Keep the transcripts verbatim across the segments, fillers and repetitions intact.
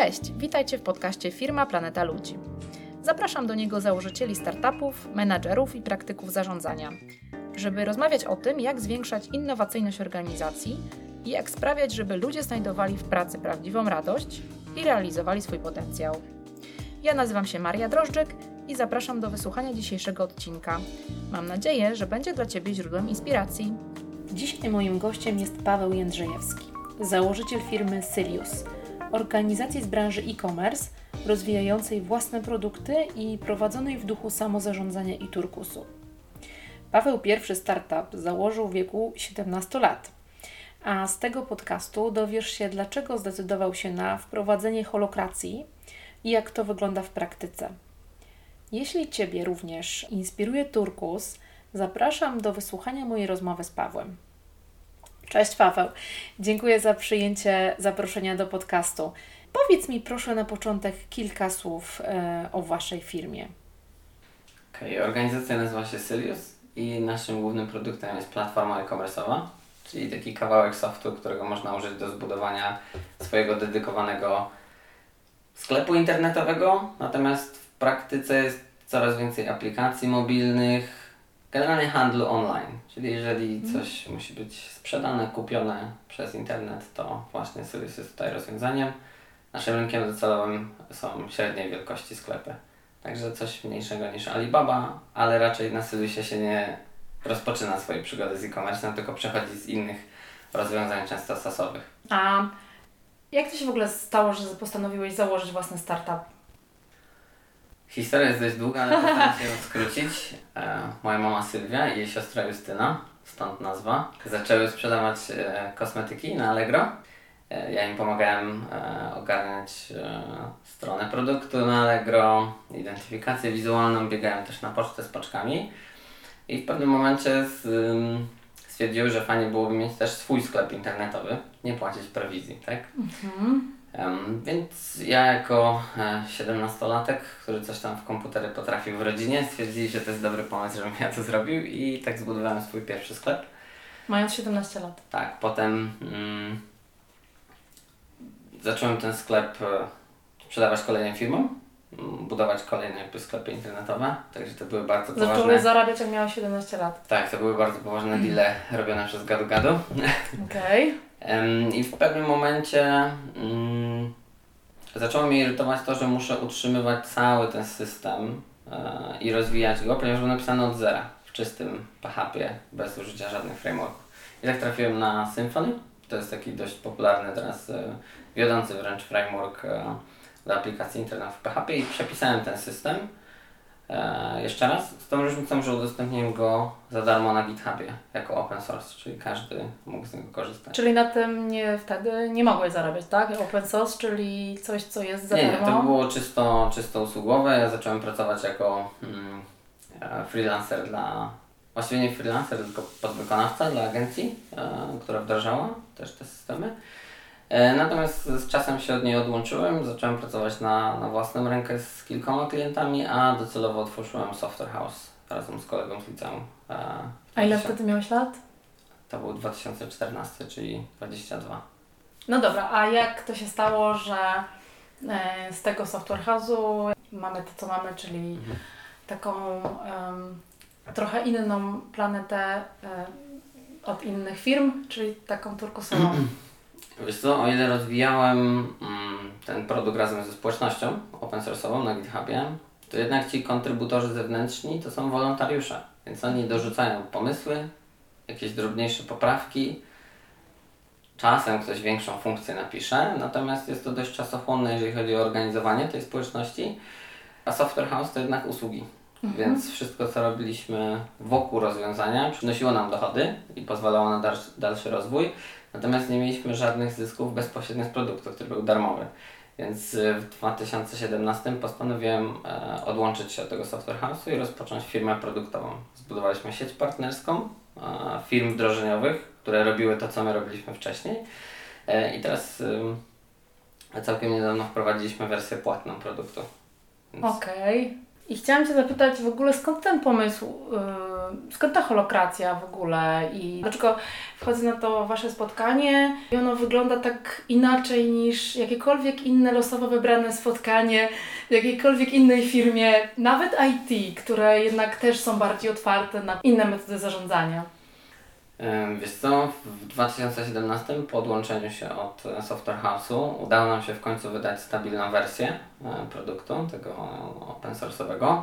Cześć, witajcie w podcaście Firma Planeta Ludzi. Zapraszam do niego założycieli startupów, menadżerów i praktyków zarządzania, żeby rozmawiać o tym, jak zwiększać innowacyjność organizacji i jak sprawiać, żeby ludzie znajdowali w pracy prawdziwą radość i realizowali swój potencjał. Ja nazywam się Maria Drożdżyk i zapraszam do wysłuchania dzisiejszego odcinka. Mam nadzieję, że będzie dla Ciebie źródłem inspiracji. Dzisiaj moim gościem jest Paweł Jędrzejewski, założyciel firmy Sylius, organizacji z branży e-commerce, rozwijającej własne produkty i prowadzonej w duchu samozarządzania i turkusu. Paweł pierwszy startup założył w wieku siedemnastu lat, a z tego podcastu dowiesz się, dlaczego zdecydował się na wprowadzenie holokracji i jak to wygląda w praktyce. Jeśli Ciebie również inspiruje turkus, zapraszam do wysłuchania mojej rozmowy z Pawłem. Cześć Paweł, dziękuję za przyjęcie zaproszenia do podcastu. Powiedz mi proszę na początek kilka słów e, o Waszej firmie. Okej, okay, organizacja nazywa się Sylius i naszym głównym produktem jest platforma e-commerce'owa, czyli taki kawałek softu, którego można użyć do zbudowania swojego dedykowanego sklepu internetowego, natomiast w praktyce jest coraz więcej aplikacji mobilnych, generalnie handlu online, czyli jeżeli coś mm. musi być sprzedane, kupione przez internet, to właśnie Sylius jest tutaj rozwiązaniem. Naszym rynkiem docelowym są średniej wielkości sklepy, także coś mniejszego niż Alibaba, ale raczej na Syliusie się nie rozpoczyna swojej przygody z e-commerce, tylko przechodzi z innych rozwiązań często stosowych. A jak to się w ogóle stało, że postanowiłeś założyć własny startup? Historia jest dość długa, ale postaram się ją skrócić. E, moja mama Sylwia i jej siostra Justyna, stąd nazwa, zaczęły sprzedawać e, kosmetyki na Allegro. E, ja im pomagałem e, ogarniać e, stronę produktu na Allegro, identyfikację wizualną, biegałem też na pocztę z paczkami i w pewnym momencie z, um, stwierdziły, że fajnie byłoby mieć też swój sklep internetowy, nie płacić prowizji, tak? Mhm. Um, więc ja jako e, siedemnastolatek, który coś tam w komputery potrafił w rodzinie, stwierdzili, że to jest dobry pomysł, żebym ja to zrobił i tak zbudowałem swój pierwszy sklep. Mając siedemnaście lat. Tak, potem mm, zacząłem ten sklep e, sprzedawać kolejnym firmom, m, budować kolejne jakby sklepy internetowe, także to były bardzo poważne... Zacząłeś zarabiać jak miałeś siedemnaście lat. Tak, to były bardzo poważne deale robione przez Gadu Gadu. Okej. Okay. I w pewnym momencie mm, zaczęło mnie irytować to, że muszę utrzymywać cały ten system e, i rozwijać go, ponieważ był napisany od zera, w czystym P H P, bez użycia żadnych frameworków. I tak trafiłem na Symfony. To jest taki dość popularny teraz, e, wiodący wręcz framework e, do aplikacji internetowych w P H P i przepisałem ten system e, jeszcze raz, z tą różnicą, że udostępniłem go za darmo na GitHubie jako open source, czyli każdy mógł z niego korzystać. Czyli na tym nie, wtedy nie mogłeś zarabiać, tak? Open source, czyli coś, co jest za nie, darmo? Nie, to było czysto, czysto usługowe. Ja zacząłem pracować jako mm, freelancer dla, właściwie nie freelancer, tylko podwykonawca dla agencji, e, która wdrażała też te systemy. E, natomiast z czasem się od niej odłączyłem, zacząłem pracować na, na własną rękę z kilkoma klientami, a docelowo otworzyłem Software House razem z kolegą z liceum. E, a ile wtedy miałeś lat? To był dwa tysiące czternasty, czyli dwadzieścia dwa. No dobra, a jak to się stało, że e, z tego Software House'u mamy to, co mamy, czyli mhm. taką um, trochę inną planetę e, od innych firm, czyli taką turkusową? Wiesz co, o ile rozwijałem mm, ten produkt razem ze społecznością open source'ową na GitHubie, to jednak ci kontrybutorzy zewnętrzni to są wolontariusze, więc oni dorzucają pomysły, jakieś drobniejsze poprawki, czasem ktoś większą funkcję napisze, natomiast jest to dość czasochłonne, jeżeli chodzi o organizowanie tej społeczności, a Software House to jednak usługi, mhm. więc wszystko co robiliśmy wokół rozwiązania przynosiło nam dochody i pozwalało na dalszy, dalszy rozwój, natomiast nie mieliśmy żadnych zysków bezpośrednio z produktu, który był darmowy. Więc w dwa tysiące siedemnastym postanowiłem e, odłączyć się od tego Software House'u i rozpocząć firmę produktową. Zbudowaliśmy sieć partnerską e, firm wdrożeniowych, które robiły to, co my robiliśmy wcześniej. E, I teraz e, całkiem niedawno wprowadziliśmy wersję płatną produktu. Więc... Okej. Okay. I chciałam Cię zapytać w ogóle, skąd ten pomysł skąd ta holokracja w ogóle i dlaczego wchodzę na to Wasze spotkanie i ono wygląda tak inaczej niż jakiekolwiek inne losowo wybrane spotkanie w jakiejkolwiek innej firmie, nawet I T, które jednak też są bardziej otwarte na inne metody zarządzania. Wiesz co, w dwa tysiące siedemnastym po odłączeniu się od Software House'u udało nam się w końcu wydać stabilną wersję produktu, tego open source'owego.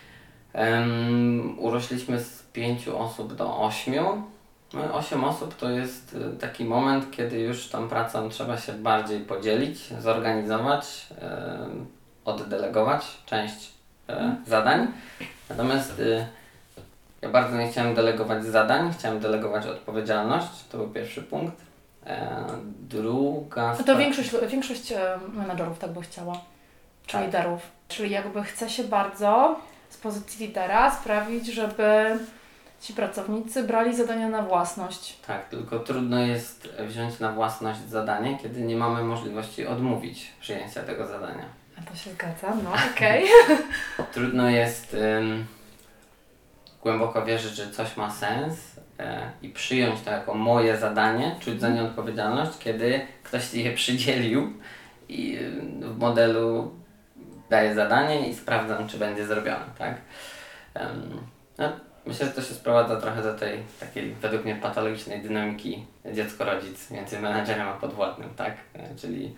Um, urośliśmy z pięciu osób do ośmiu. No, osiem osób to jest taki moment, kiedy już tą pracą trzeba się bardziej podzielić, zorganizować, um, oddelegować część um, zadań. Natomiast um, ja bardzo nie chciałem delegować zadań, chciałem delegować odpowiedzialność. To był pierwszy punkt. E, druga... No to większość, większość menadżerów tak by chciała, czy tak. liderów. Czyli jakby chce się bardzo z pozycji lidera sprawić, żeby ci pracownicy brali zadania na własność. Tak, tylko trudno jest wziąć na własność zadanie, kiedy nie mamy możliwości odmówić przyjęcia tego zadania. A to się zgadza, no okej. Okay. Trudno jest... Ym, głęboko wierzyć, że coś ma sens e, i przyjąć to jako moje zadanie, czuć za nie odpowiedzialność, kiedy ktoś ci je przydzielił i y, w modelu daje zadanie i sprawdzam, czy będzie zrobione, tak? Um, no, myślę, że to się sprowadza trochę do tej takiej, według mnie, patologicznej dynamiki dziecko-rodzic między menadżerem a podwładnym, tak? E, czyli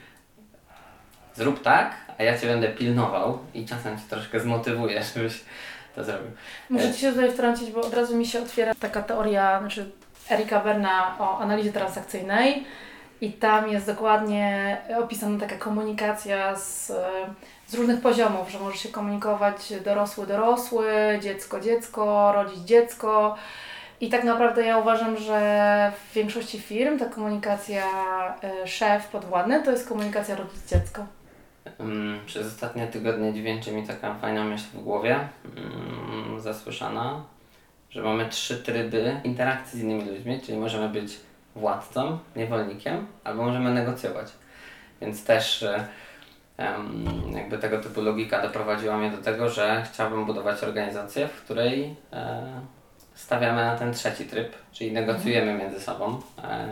zrób tak, a ja Cię będę pilnował i czasem Cię troszkę zmotywuję, żebyś to zrobił. Muszę Ci się tutaj wtrącić, bo od razu mi się otwiera taka teoria, znaczy Erika Berna o analizie transakcyjnej i tam jest dokładnie opisana taka komunikacja z, z różnych poziomów, że możesz się komunikować dorosły, dorosły, dziecko, dziecko, rodzić dziecko i tak naprawdę ja uważam, że w większości firm ta komunikacja szef, podwładny to jest komunikacja rodzic, dziecko. Um, przez ostatnie tygodnie dźwięczy mi taka fajna myśl w głowie, um, zasłyszana, że mamy trzy tryby interakcji z innymi ludźmi, czyli możemy być władcą, niewolnikiem, albo możemy negocjować. Więc też um, jakby tego typu logika doprowadziła mnie do tego, że chciałbym budować organizację, w której e, stawiamy na ten trzeci tryb, czyli negocjujemy między sobą. E,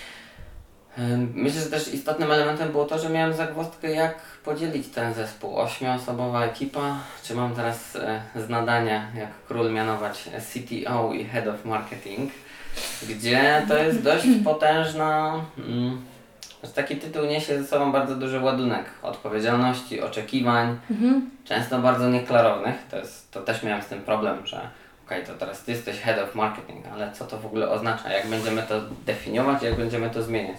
Myślę, że też istotnym elementem było to, że miałem zagwozdkę, jak podzielić ten zespół. Ośmioosobowa ekipa, czy mam teraz e, z nadania, jak król mianować C T O i Head of Marketing, gdzie to jest dość potężna, mm, taki tytuł niesie ze sobą bardzo duży ładunek odpowiedzialności, oczekiwań, mhm. często bardzo nieklarownych. To, jest, to też miałem z tym problem, że okej, okay, to teraz Ty jesteś Head of Marketing, ale co to w ogóle oznacza? Jak będziemy to definiować, jak będziemy to zmieniać?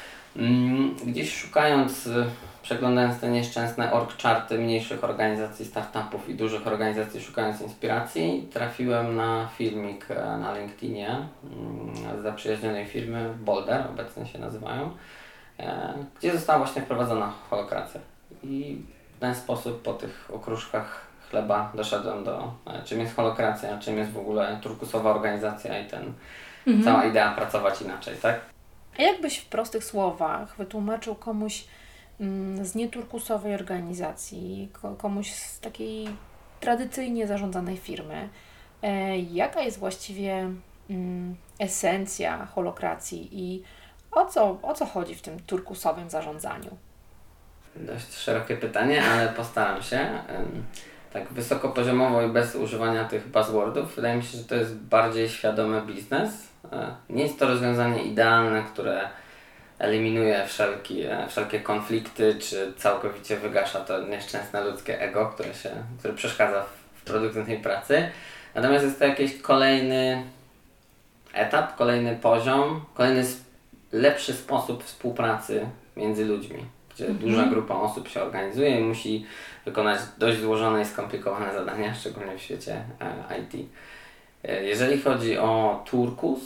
Gdzieś szukając, przeglądając te nieszczęsne org charty mniejszych organizacji, startupów i dużych organizacji, szukając inspiracji, trafiłem na filmik na LinkedInie z zaprzyjaźnionej firmy Boulder, obecnie się nazywają, gdzie została właśnie wprowadzona holokracja. I w ten sposób po tych okruszkach chleba doszedłem do, czym jest holokracja, czym jest w ogóle turkusowa organizacja i ten mhm. cała idea pracować inaczej, tak? A jakbyś w prostych słowach wytłumaczył komuś mm, z nieturkusowej organizacji, komuś z takiej tradycyjnie zarządzanej firmy, e, jaka jest właściwie mm, esencja holokracji i o co, o co chodzi w tym turkusowym zarządzaniu? Dość szerokie pytanie, ale postaram się. Tak wysokopoziomowo i bez używania tych buzzwordów, wydaje mi się, że to jest bardziej świadomy biznes. Nie jest to rozwiązanie idealne, które eliminuje wszelki, wszelkie konflikty, czy całkowicie wygasza to nieszczęsne ludzkie ego, które, się, które przeszkadza w produktywnej pracy. Natomiast jest to jakiś kolejny etap, kolejny poziom, kolejny lepszy sposób współpracy między ludźmi, gdzie mhm. duża grupa osób się organizuje i musi wykonać dość złożone i skomplikowane zadania, szczególnie w świecie I T. Jeżeli chodzi o turkus,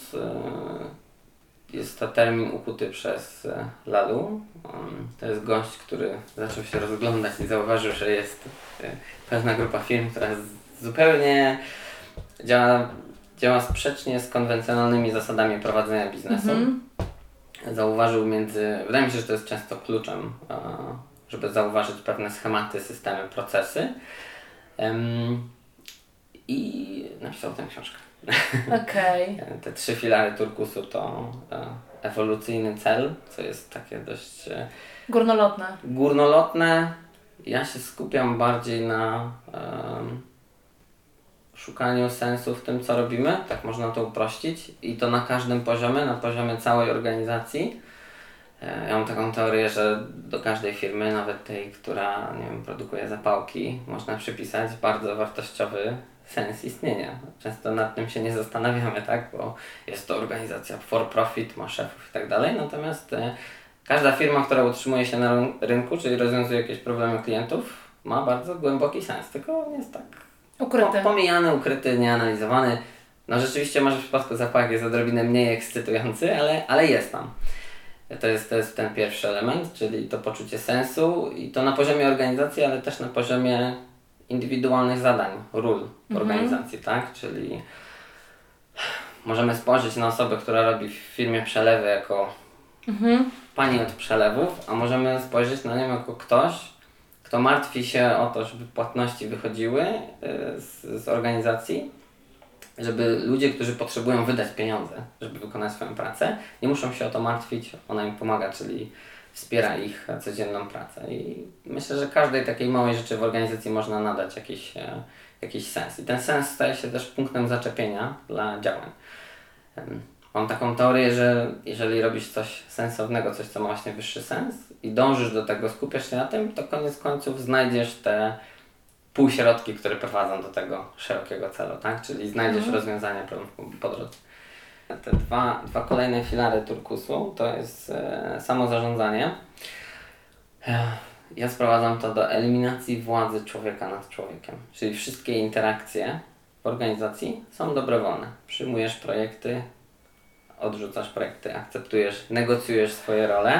jest to termin ukuty przez Lalu. To jest gość, który zaczął się rozglądać i zauważył, że jest pewna grupa firm, która zupełnie działa, działa sprzecznie z konwencjonalnymi zasadami prowadzenia biznesu. Mm-hmm. Zauważył między, wydaje mi się, że to jest często kluczem, żeby zauważyć pewne schematy, systemy, procesy. I napisał tę książkę. Okej. Okay. Te trzy filary turkusu to e, ewolucyjny cel, co jest takie dość e, górnolotne. Górnolotne. Ja się skupiam bardziej na um, szukaniu sensu w tym, co robimy. Tak można to uprościć. I to na każdym poziomie, na poziomie całej organizacji. E, ja mam taką teorię, że do każdej firmy, nawet tej, która nie wiem, produkuje zapałki, można przypisać bardzo wartościowy sens istnienia. Często nad tym się nie zastanawiamy, tak? Bo jest to organizacja for profit, ma szefów i tak dalej. Natomiast e, każda firma, która utrzymuje się na rynku, czyli rozwiązuje jakieś problemy klientów, ma bardzo głęboki sens, tylko on jest tak ukryty. Po, pomijany, ukryty, nieanalizowany. No rzeczywiście może w przypadku zapałek jest odrobinę mniej ekscytujący, ale, ale jest tam. To jest, to jest ten pierwszy element, czyli to poczucie sensu i to na poziomie organizacji, ale też na poziomie indywidualnych zadań, ról w mhm. organizacji, tak? Czyli możemy spojrzeć na osobę, która robi w firmie przelewy jako mhm. pani od przelewów, a możemy spojrzeć na nią jako ktoś, kto martwi się o to, żeby płatności wychodziły z, z organizacji, żeby ludzie, którzy potrzebują wydać pieniądze, żeby wykonać swoją pracę, nie muszą się o to martwić, ona im pomaga, czyli wspiera ich codzienną pracę. I myślę, że każdej takiej małej rzeczy w organizacji można nadać jakiś, jakiś sens. I ten sens staje się też punktem zaczepienia dla działań. Mam taką teorię, że jeżeli robisz coś sensownego, coś co ma właśnie wyższy sens i dążysz do tego, skupiasz się na tym, to koniec końców znajdziesz te półśrodki, które prowadzą do tego szerokiego celu, tak? Czyli znajdziesz mhm. rozwiązania problemów po drodze. Te dwa, dwa kolejne filary turkusu to jest e, samozarządzanie. Ja sprowadzam to do eliminacji władzy człowieka nad człowiekiem. Czyli wszystkie interakcje w organizacji są dobrowolne. Przyjmujesz projekty, odrzucasz projekty, akceptujesz, negocjujesz swoje role.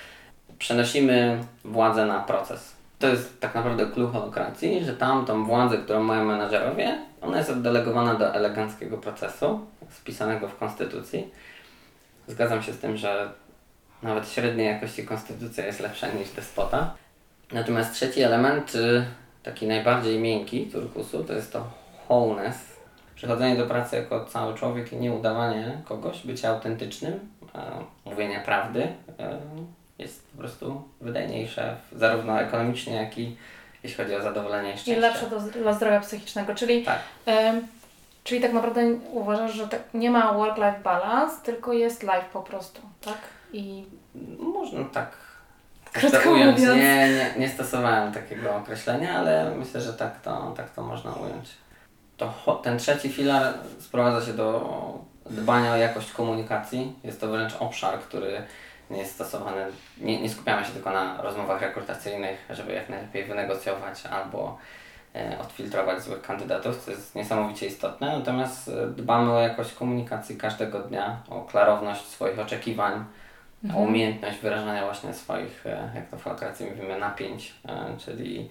Przenosimy władzę na proces. To jest tak naprawdę clue holokracji, że tam tą władzę, którą mają menadżerowie, ona jest oddelegowana do eleganckiego procesu, spisanego w konstytucji. Zgadzam się z tym, że nawet średniej jakości konstytucja jest lepsza niż despota. Natomiast trzeci element, taki najbardziej miękki turkusu, to jest to wholeness. Przychodzenie do pracy jako cały człowiek i nie udawanie kogoś, bycie autentycznym, mówienie prawdy jest po prostu wydajniejsze, zarówno ekonomicznie, jak i jeśli chodzi o zadowolenie i szczęście. I lepsze do, dla zdrowia psychicznego, czyli tak. Ym, czyli tak naprawdę uważasz, że tak nie ma work-life balance, tylko jest life po prostu, tak? I można tak krótko ująć. mówiąc. Nie, nie, nie stosowałem takiego określenia, ale myślę, że tak to, tak to można ująć. To, ten trzeci filar sprowadza się do dbania o jakość komunikacji. Jest to wręcz obszar, który nie jest stosowany, nie, nie skupiamy się tylko na rozmowach rekrutacyjnych, żeby jak najlepiej wynegocjować albo e, odfiltrować złych kandydatów, co jest niesamowicie istotne. Natomiast dbamy o jakość komunikacji każdego dnia, o klarowność swoich oczekiwań, mhm. o umiejętność wyrażania właśnie swoich, e, jak to w holokracji mówimy, napięć, e, czyli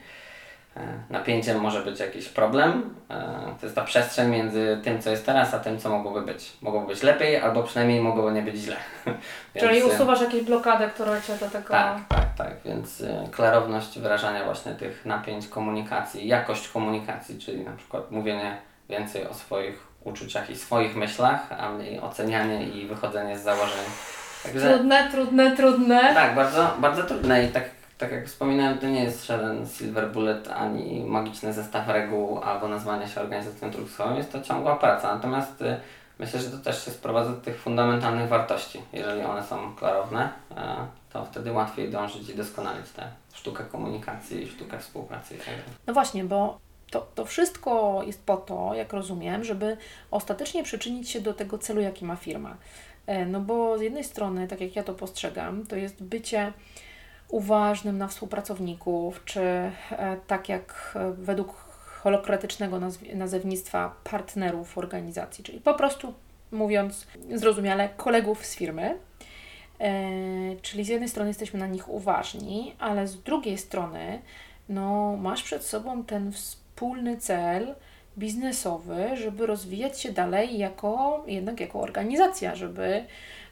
napięciem może być jakiś problem. To jest ta przestrzeń między tym, co jest teraz, a tym, co mogłoby być. Mogłoby być lepiej, albo przynajmniej mogłoby nie być źle. Czyli więc, usuwasz jakieś blokady, które Cię do tego... Tak, tak, tak. Więc klarowność wyrażania właśnie tych napięć komunikacji, jakość komunikacji, czyli na przykład mówienie więcej o swoich uczuciach i swoich myślach, a mniej ocenianie i wychodzenie z założeń. Także, trudne, trudne, trudne. Tak, bardzo, bardzo trudne i tak Tak jak wspominałem, to nie jest żaden silver bullet, ani magiczny zestaw reguł, albo nazwanie się organizacją turkusową. Jest to ciągła praca. Natomiast y, myślę, że to też się sprowadza do tych fundamentalnych wartości. Jeżeli one są klarowne, y, to wtedy łatwiej dążyć i doskonalić tę sztukę komunikacji, sztukę współpracy. No właśnie, bo to, to wszystko jest po to, jak rozumiem, żeby ostatecznie przyczynić się do tego celu, jaki ma firma. No bo z jednej strony, tak jak ja to postrzegam, to jest bycie uważnym na współpracowników, czy e, tak jak e, według holokratycznego nazw- nazewnictwa partnerów organizacji, czyli po prostu mówiąc zrozumiale kolegów z firmy, e, czyli z jednej strony jesteśmy na nich uważni, ale z drugiej strony no, masz przed sobą ten wspólny cel biznesowy, żeby rozwijać się dalej jako, jednak jako organizacja, żeby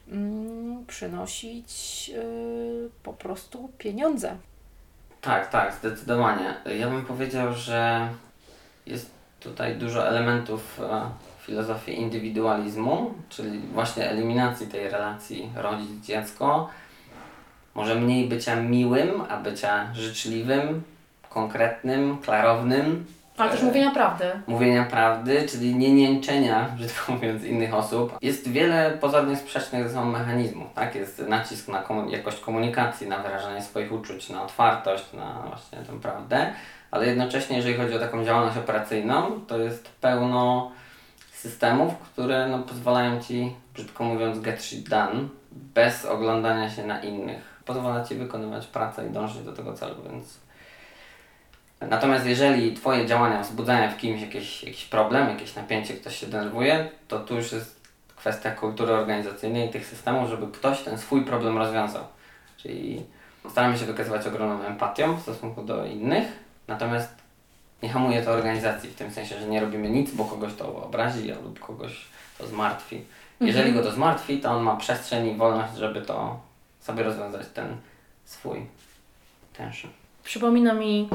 przynosić yy, po prostu pieniądze. Tak, tak, zdecydowanie. Ja bym powiedział, że jest tutaj dużo elementów filozofię indywidualizmu, czyli właśnie eliminacji tej relacji rodzic-dziecko. Może mniej bycia miłym, a bycia życzliwym, konkretnym, klarownym. Ale też mówienia prawdy. Mówienia prawdy, czyli nie nięczenia, brzydko mówiąc, innych osób. Jest wiele pozornie sprzecznych ze sobą mechanizmów, tak? Jest nacisk na komu- jakość komunikacji, na wyrażanie swoich uczuć, na otwartość, na właśnie tę prawdę, ale jednocześnie, jeżeli chodzi o taką działalność operacyjną, to jest pełno systemów, które no, pozwalają Ci, brzydko mówiąc, get shit done, bez oglądania się na innych. Pozwala Ci wykonywać pracę i dążyć do tego celu, więc... Natomiast jeżeli Twoje działania wzbudzają w kimś jakiś, jakiś problem, jakieś napięcie, ktoś się denerwuje, to tu już jest kwestia kultury organizacyjnej i tych systemów, żeby ktoś ten swój problem rozwiązał. Czyli staramy się wykazywać ogromną empatią w stosunku do innych, natomiast nie hamuje to organizacji w tym sensie, że nie robimy nic, bo kogoś to obrazi lub kogoś to zmartwi. Jeżeli Mhm. go to zmartwi, to on ma przestrzeń i wolność, żeby to sobie rozwiązać ten swój tension. Przypomina mi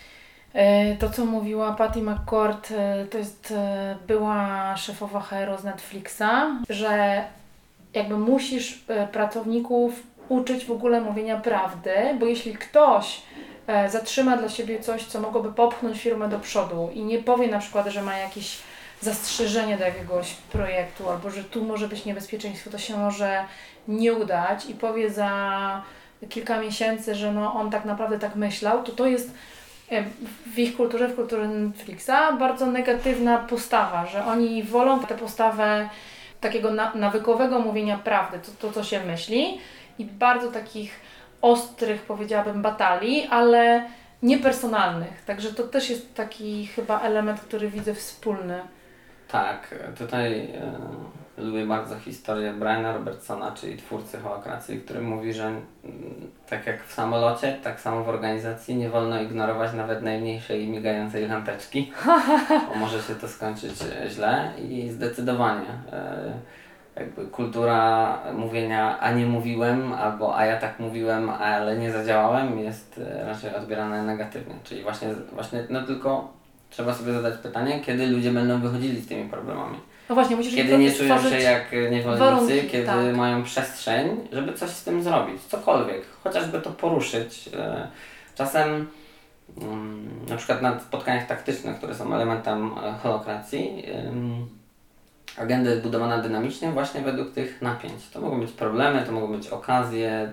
e, to, co mówiła Patty McCord, e, to jest e, była szefowa H R z Netflixa, że jakby musisz e, pracowników uczyć w ogóle mówienia prawdy, bo jeśli ktoś e, zatrzyma dla siebie coś, co mogłoby popchnąć firmę do przodu i nie powie na przykład, że ma jakieś zastrzeżenie do jakiegoś projektu albo że tu może być niebezpieczeństwo, to się może nie udać i powie za kilka miesięcy, że no on tak naprawdę tak myślał, to to jest e, w ich kulturze, w kulturze Netflixa bardzo negatywna postawa, że oni wolą tę postawę takiego na, nawykowego mówienia prawdy, to, to co się myśli i bardzo takich ostrych, powiedziałabym, batalii, ale niepersonalnych. Także to też jest taki chyba element, który widzę wspólny. Tak, tutaj e, lubię bardzo historię Briana Robertsona, czyli twórcy Holokracji, który mówi, że m, tak jak w samolocie, tak samo w organizacji nie wolno ignorować nawet najmniejszej migającej lampeczki, bo może się to skończyć e, źle i zdecydowanie e, jakby kultura mówienia a nie mówiłem, albo a ja tak mówiłem, ale nie zadziałałem jest e, raczej odbierana negatywnie, czyli właśnie, właśnie no tylko trzeba sobie zadać pytanie, kiedy ludzie będą wychodzili z tymi problemami. No właśnie, musisz Kiedy nie czują się stworzyć jak niewolnicy, warunki, kiedy tak. mają przestrzeń, żeby coś z tym zrobić, cokolwiek, chociażby to poruszyć. E, Czasem mm, na przykład na spotkaniach taktycznych, które są elementem e, holokracji, ym, agenda jest budowana dynamicznie właśnie według tych napięć. To mogą być problemy, to mogą być okazje,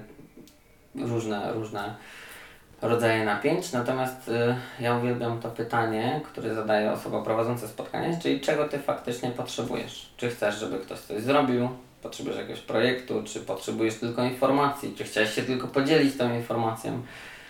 różne, różne rodzaje napięć, natomiast y, ja uwielbiam to pytanie, które zadaje osoba prowadząca spotkanie, czyli czego Ty faktycznie potrzebujesz? Czy chcesz, żeby ktoś coś zrobił? Potrzebujesz jakiegoś projektu? Czy potrzebujesz tylko informacji? Czy chciałeś się tylko podzielić tą informacją?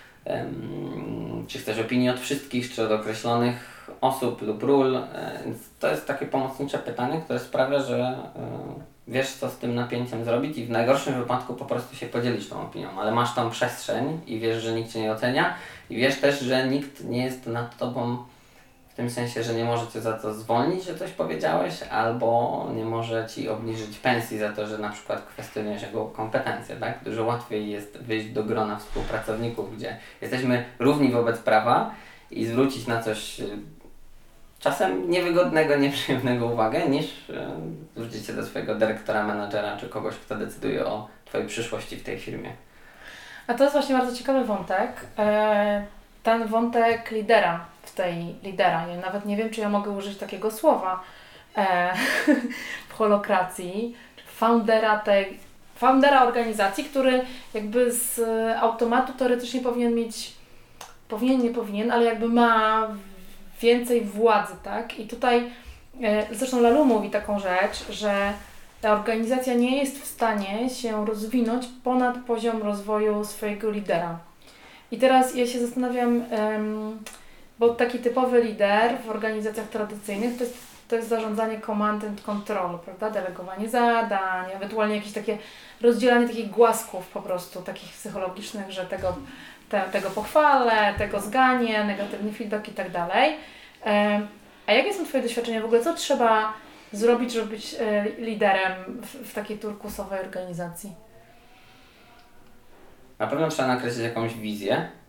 Ym, czy chcesz opinii od wszystkich, czy od określonych osób lub ról? Y, więc to jest takie pomocnicze pytanie, które sprawia, że y, wiesz, co z tym napięciem zrobić i w najgorszym wypadku po prostu się podzielić tą opinią, ale masz tą przestrzeń i wiesz, że nikt Cię nie ocenia i wiesz też, że nikt nie jest nad Tobą w tym sensie, że nie może Cię za to zwolnić, że coś powiedziałeś, albo nie może Ci obniżyć pensji za to, że na przykład kwestionujesz jego kompetencje, tak? Dużo łatwiej jest wyjść do grona współpracowników, gdzie jesteśmy równi wobec prawa i zwrócić na coś czasem niewygodnego, nieprzyjemnego uwagę, niż e, zwrócić się do swojego dyrektora, menadżera, czy kogoś, kto decyduje o Twojej przyszłości w tej firmie. A to jest właśnie bardzo ciekawy wątek. E, ten wątek lidera w tej lidera. Ja nawet nie wiem, czy ja mogę użyć takiego słowa e, w holokracji. Foundera tej, foundera organizacji, który jakby z automatu teoretycznie powinien mieć, powinien, nie powinien, ale jakby ma więcej władzy, tak? I tutaj e, zresztą Lalu mówi taką rzecz, że ta organizacja nie jest w stanie się rozwinąć ponad poziom rozwoju swojego lidera. I teraz ja się zastanawiam, em, bo taki typowy lider w organizacjach tradycyjnych to jest, to jest zarządzanie command and control, prawda? Delegowanie zadań, ewentualnie jakieś takie rozdzielanie takich głasków po prostu, takich psychologicznych, że tego, te, tego pochwalę, tego zganię, negatywny feedback i tak dalej. Em, A jakie są Twoje doświadczenia w ogóle? Co trzeba zrobić, żeby być e, liderem w, w takiej turkusowej organizacji? Na pewno trzeba nakreślić jakąś wizję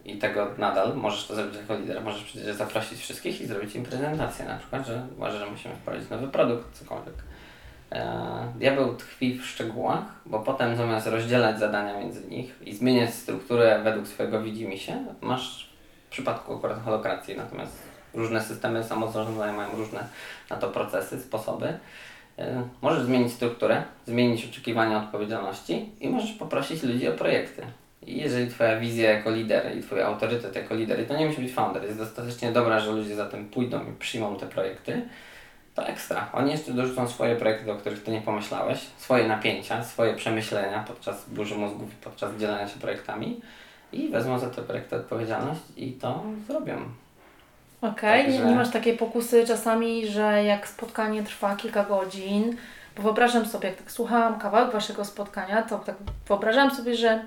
i tego nadal możesz to zrobić jako lider. Możesz przecież zaprosić wszystkich i zrobić im prezentację na przykład, że uważasz, że musimy wprowadzić nowy produkt, cokolwiek. Diabeł tkwi w szczegółach, bo potem zamiast rozdzielać zadania między nich i zmieniać strukturę według swojego widzimisię, masz w przypadku akurat holokracji, natomiast różne systemy samozarządzania mają różne na to procesy, sposoby. Możesz zmienić strukturę, zmienić oczekiwania odpowiedzialności i możesz poprosić ludzi o projekty. I jeżeli Twoja wizja jako lider i Twój autorytet jako lider, i to nie musi być founder, jest dostatecznie dobra, że ludzie za tym pójdą i przyjmą te projekty, to ekstra. Oni jeszcze dorzucą swoje projekty, o których Ty nie pomyślałeś, swoje napięcia, swoje przemyślenia podczas burzy mózgów i podczas dzielenia się projektami i wezmą za te projekty odpowiedzialność i to zrobią. Okej, okay. nie, nie masz takiej pokusy czasami, że jak spotkanie trwa kilka godzin, bo wyobrażam sobie, jak tak słuchałam kawałek Waszego spotkania, to tak wyobrażam sobie, że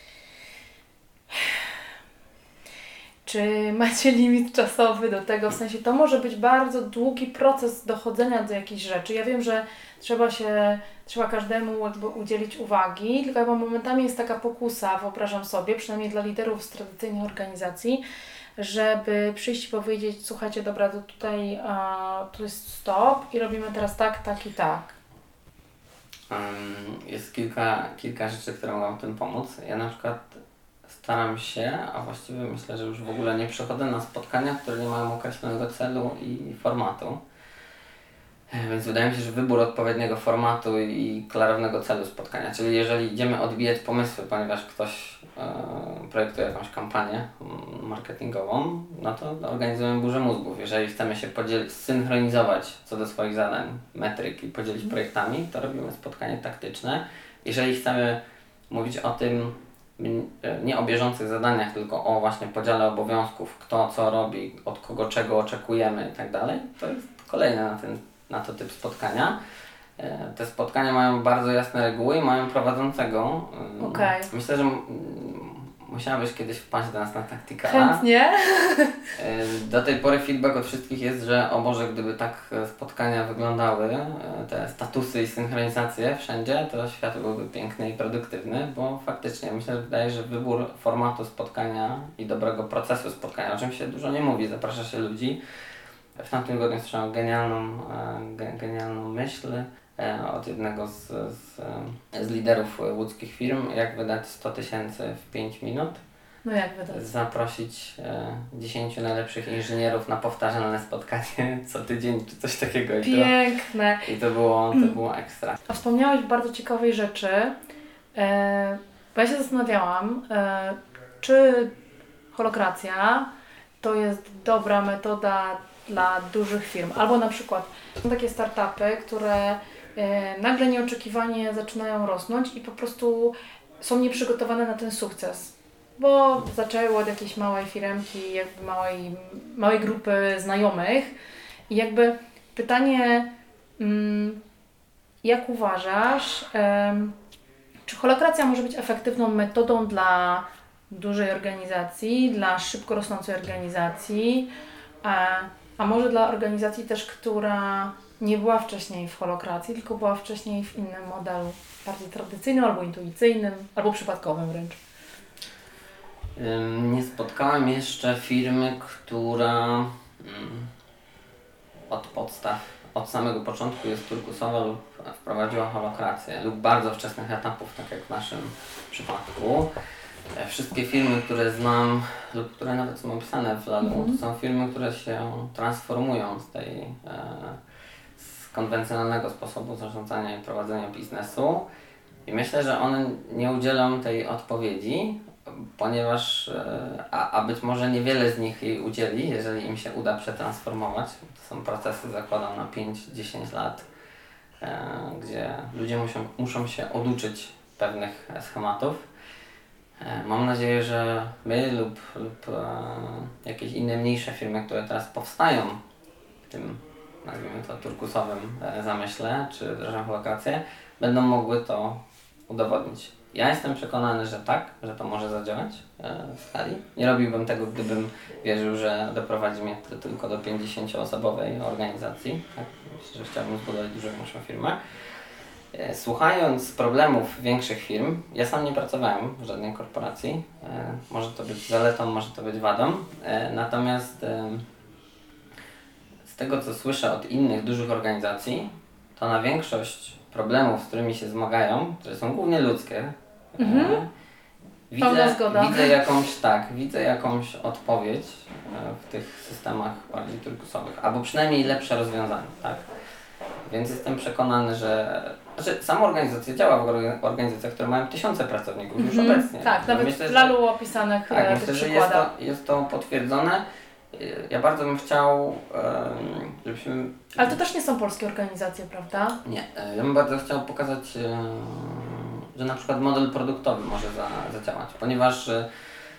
czy macie limit czasowy do tego, w sensie to może być bardzo długi proces dochodzenia do jakichś rzeczy. Ja wiem, że trzeba się, trzeba każdemu jakby udzielić uwagi, tylko chyba momentami jest taka pokusa, wyobrażam sobie, przynajmniej dla liderów z tradycyjnych organizacji, żeby przyjść i powiedzieć, słuchajcie, dobra, to tutaj a, tu jest stop i robimy teraz tak, tak i tak. Um, jest kilka, kilka rzeczy, które mogą w tym pomóc. Ja na przykład staram się, a właściwie myślę, że już w ogóle nie przychodzę na spotkania, które nie mają określonego celu i formatu. Więc wydaje mi się, że wybór odpowiedniego formatu i klarownego celu spotkania, czyli jeżeli idziemy odbijać pomysły, ponieważ ktoś e, projektuje jakąś kampanię marketingową, no to organizujemy burzę mózgów. Jeżeli chcemy się podzielić, zsynchronizować co do swoich zadań, metryk i podzielić projektami, to robimy spotkanie taktyczne. Jeżeli chcemy mówić o tym, nie o bieżących zadaniach, tylko o właśnie podziale obowiązków, kto co robi, od kogo czego oczekujemy i tak dalej, to jest kolejne na ten na to typ spotkania. Te spotkania mają bardzo jasne reguły i mają prowadzącego. Okay. Myślę, że musiałabyś kiedyś wpaść do nas na Tacticala. Chętnie. Do tej pory feedback od wszystkich jest, że o Boże, gdyby tak spotkania wyglądały, te statusy i synchronizacje wszędzie, to świat byłby piękny i produktywny, bo faktycznie myślę, że wydaje, że wybór formatu spotkania i dobrego procesu spotkania, o czym się dużo nie mówi, zaprasza się ludzi. W tamtym tygodniu słyszałem genialną, genialną myśl od jednego z, z, z liderów łódzkich firm, jak wydać sto tysięcy w pięć minut. No jak wydać? Zaprosić dziesięciu najlepszych inżynierów na powtarzalne spotkanie co tydzień, czy coś takiego. Piękne. I to, i to, było, to było ekstra. A wspomniałeś bardzo ciekawej rzeczy, e, bo ja się zastanawiałam, e, czy holokracja to jest dobra metoda dla dużych firm. Albo na przykład są takie startupy, które e, nagle nieoczekiwanie zaczynają rosnąć i po prostu są nieprzygotowane na ten sukces. Bo zaczęły od jakiejś małej firemki, jakby małej, małej grupy znajomych i jakby pytanie, mm, jak uważasz, em, czy holokracja może być efektywną metodą dla dużej organizacji, dla szybko rosnącej organizacji, a, a może dla organizacji też, która nie była wcześniej w holokracji, tylko była wcześniej w innym modelu, bardziej tradycyjnym albo intuicyjnym, albo przypadkowym wręcz. Nie spotkałem jeszcze firmy, która od podstaw, od samego początku jest turkusowa lub wprowadziła holokrację lub bardzo wczesnych etapów, tak jak w naszym przypadku. Wszystkie firmy, które znam lub które nawet są opisane w Lalu, mm. to są firmy, które się transformują z tej z konwencjonalnego sposobu zarządzania i prowadzenia biznesu i myślę, że one nie udzielą tej odpowiedzi, ponieważ, a, a być może niewiele z nich jej udzieli, jeżeli im się uda przetransformować. To są procesy, zakładam, na pięć do dziesięciu lat, e, gdzie ludzie muszą, muszą się oduczyć pewnych schematów. E, mam nadzieję, że my lub, lub e, jakieś inne mniejsze firmy, które teraz powstają w tym, nazwijmy to, turkusowym e, zamyśle, czy wdrażają holokrację, będą mogły to udowodnić. Ja jestem przekonany, że tak, że to może zadziałać e, w skali. Nie robiłbym tego, gdybym wierzył, że doprowadzi mnie to tylko do pięćdziesięcioosobowej organizacji. Tak? Myślę, że chciałbym zbudować dużą naszą firmę. E, Słuchając problemów większych firm, ja sam nie pracowałem w żadnej korporacji, e, może to być zaletą, może to być wadą, e, natomiast e, z tego co słyszę od innych dużych organizacji, to na większość problemów, z którymi się zmagają, które są głównie ludzkie, Mhm. e, Pełna widzę, zgoda. widzę jakąś, tak, widzę jakąś odpowiedź e, w tych systemach bardziej turkusowych, albo przynajmniej lepsze rozwiązanie, tak? Więc jestem przekonany, że, że sama organizacja działa w orga- organizacjach, które mają tysiące pracowników już Mhm. obecnie. Tak, nawet Myślę, w że- Lalu opisanych tak, e, myślę, tych że jest przykładach. to, jest to potwierdzone. Ja bardzo bym chciał, em, żebyśmy... Ale to też nie są polskie organizacje, prawda? Nie, e, ja bym bardzo chciał pokazać, e, że na przykład model produktowy może za, zadziałać, ponieważ e,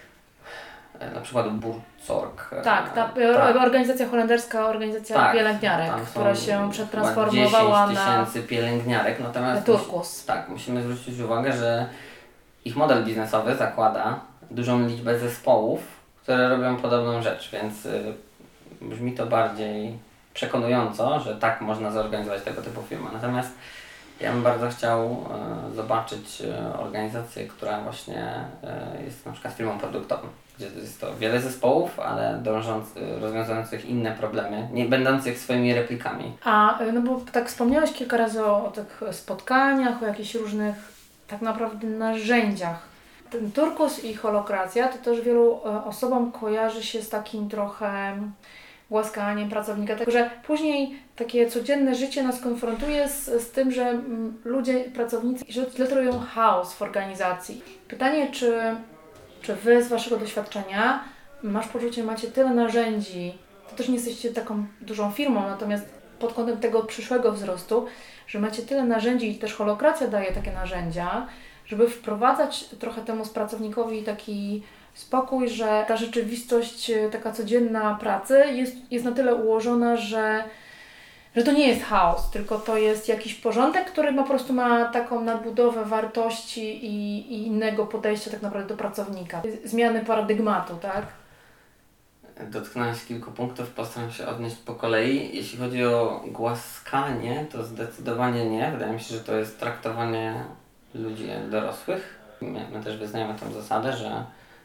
na przykład Buurtzorg. e, Tak, ta tak, organizacja holenderska, organizacja Tak, pielęgniarek, tam która są się chyba przetransformowała dziesięć na tysięcy pielęgniarek, natomiast turkus. tak, musimy zwrócić uwagę, że ich model biznesowy zakłada dużą liczbę zespołów, które robią podobną rzecz, więc y, brzmi to bardziej przekonująco, że tak można zorganizować tego typu firmę. Natomiast ja bym bardzo chciał y, zobaczyć y, organizację, która właśnie y, jest na przykład firmą produktową, gdzie jest to wiele zespołów, ale dążąc, y, rozwiązujących inne problemy, nie będących swoimi replikami. A, no bo tak wspomniałeś kilka razy o, o tych spotkaniach, o jakichś różnych tak naprawdę narzędziach. Ten turkus i holokracja to też wielu e, osobom kojarzy się z takim trochę głaskaniem pracownika, tylko że później takie codzienne życie nas konfrontuje z, z tym, że mm, ludzie, pracownicy że źle tolerują chaos w organizacji. Pytanie, czy, czy Wy z Waszego doświadczenia masz poczucie, macie tyle narzędzi, to też nie jesteście taką dużą firmą, natomiast pod kątem tego przyszłego wzrostu, że macie tyle narzędzi i też holokracja daje takie narzędzia, żeby wprowadzać trochę temu pracownikowi taki spokój, że ta rzeczywistość, taka codzienna pracy jest, jest na tyle ułożona, że, że to nie jest chaos, tylko to jest jakiś porządek, który po prostu ma taką nadbudowę wartości i, i innego podejścia tak naprawdę do pracownika. Zmiany paradygmatu, tak? Dotknąłeś kilku punktów, postaram się odnieść po kolei. Jeśli chodzi o głaskanie, to zdecydowanie nie. Wydaje mi się, że to jest traktowanie ludzi jak dorosłych. My, my też wyznajemy tę zasadę, że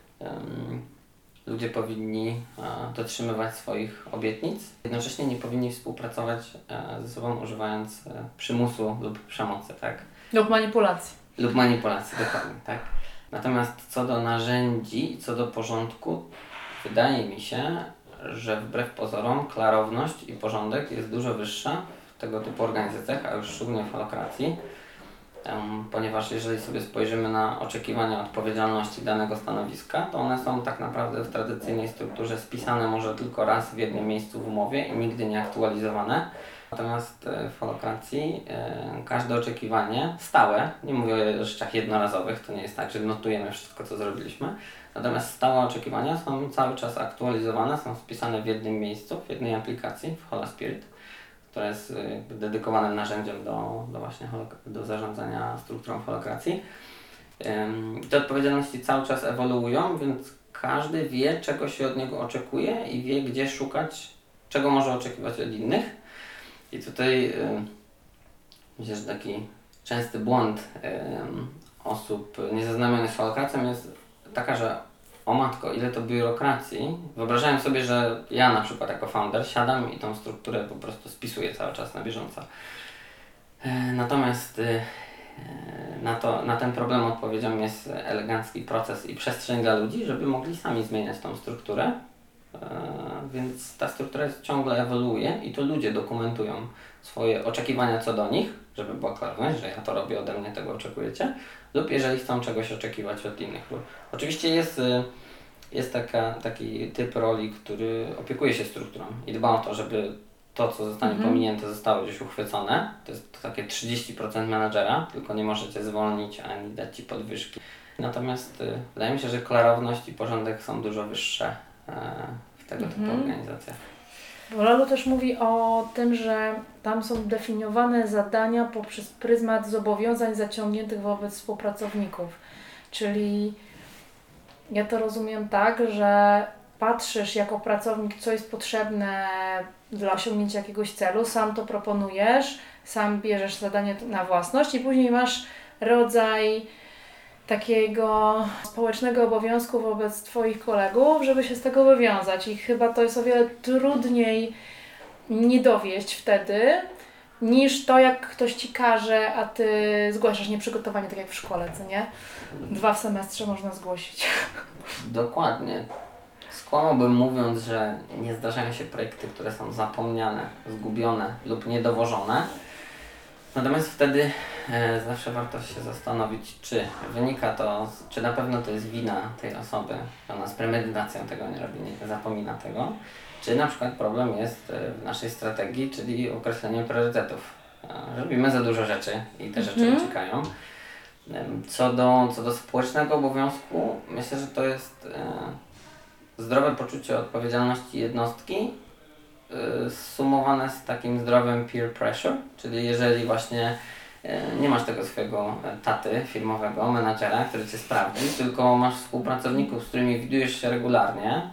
um, ludzie powinni e, dotrzymywać swoich obietnic. Jednocześnie nie powinni współpracować e, ze sobą używając e, przymusu lub przemocy, tak? Lub manipulacji. Lub manipulacji, dokładnie, tak. Natomiast co do narzędzi, co do porządku, wydaje mi się, że wbrew pozorom klarowność i porządek jest dużo wyższa w tego typu organizacjach, a już szczególnie w holokracji, um, ponieważ jeżeli sobie spojrzymy na oczekiwania odpowiedzialności danego stanowiska, to one są tak naprawdę w tradycyjnej strukturze spisane może tylko raz w jednym miejscu w umowie i nigdy nie aktualizowane. Natomiast w holokracji e, każde oczekiwanie stałe, nie mówię o rzeczach jednorazowych, to nie jest tak, że notujemy wszystko, co zrobiliśmy, natomiast stałe oczekiwania są cały czas aktualizowane, są spisane w jednym miejscu, w jednej aplikacji, w Holaspirit, która jest jakby dedykowanym narzędziem do, do właśnie holok- do zarządzania strukturą w holokracji. Ym, te odpowiedzialności cały czas ewoluują, więc każdy wie, czego się od niego oczekuje i wie, gdzie szukać, czego może oczekiwać od innych. I tutaj y, myślę, że taki częsty błąd y, osób niezaznajomionych z holokracją jest taka, że o matko, ile to biurokracji. Wyobrażałem sobie, że ja na przykład jako founder siadam i tą strukturę po prostu spisuję cały czas na bieżąco. Y, natomiast y, na, to, na ten problem odpowiedzią jest elegancki proces i przestrzeń dla ludzi, żeby mogli sami zmieniać tą strukturę. Więc ta struktura ciągle ewoluuje i to ludzie dokumentują swoje oczekiwania co do nich, żeby była klarowność, że ja to robię, ode mnie tego oczekujecie, lub jeżeli chcą czegoś oczekiwać od innych. Oczywiście jest, jest taka, taki typ roli, który opiekuje się strukturą i dba o to, żeby to, co zostanie Mhm. pominięte, zostało gdzieś uchwycone. To jest to takie trzydzieści procent menadżera, tylko nie możecie zwolnić ani dać Ci podwyżki. Natomiast y, wydaje mi się, że klarowność i porządek są dużo wyższe w tego typu Mhm. organizacjach. Bo Lalu też mówi o tym, że tam są definiowane zadania poprzez pryzmat zobowiązań zaciągniętych wobec współpracowników. Czyli ja to rozumiem tak, że patrzysz jako pracownik, co jest potrzebne dla osiągnięcia jakiegoś celu, sam to proponujesz, sam bierzesz zadanie na własność i później masz rodzaj takiego społecznego obowiązku wobec Twoich kolegów, żeby się z tego wywiązać. I chyba to jest o wiele trudniej nie dowieść wtedy, niż to, jak ktoś Ci każe, a Ty zgłaszasz nieprzygotowanie, tak jak w szkole, co nie? Dwa w semestrze można zgłosić. Dokładnie. Skłamałbym mówiąc, że nie zdarzają się projekty, które są zapomniane, zgubione lub niedowożone. Natomiast wtedy e, zawsze warto się zastanowić, czy wynika to, czy na pewno to jest wina tej osoby, że ona z premedytacją tego nie robi, nie zapomina tego, czy na przykład problem jest w naszej strategii, czyli określeniu priorytetów. E, robimy za dużo rzeczy i te rzeczy Mhm. uciekają. E, co do, co do społecznego obowiązku, myślę, że to jest e, zdrowe poczucie odpowiedzialności jednostki, zsumowane z takim zdrowym peer pressure, czyli jeżeli właśnie nie masz tego swojego taty firmowego, menadżera, który Cię sprawdzi, tylko masz współpracowników, z którymi widujesz się regularnie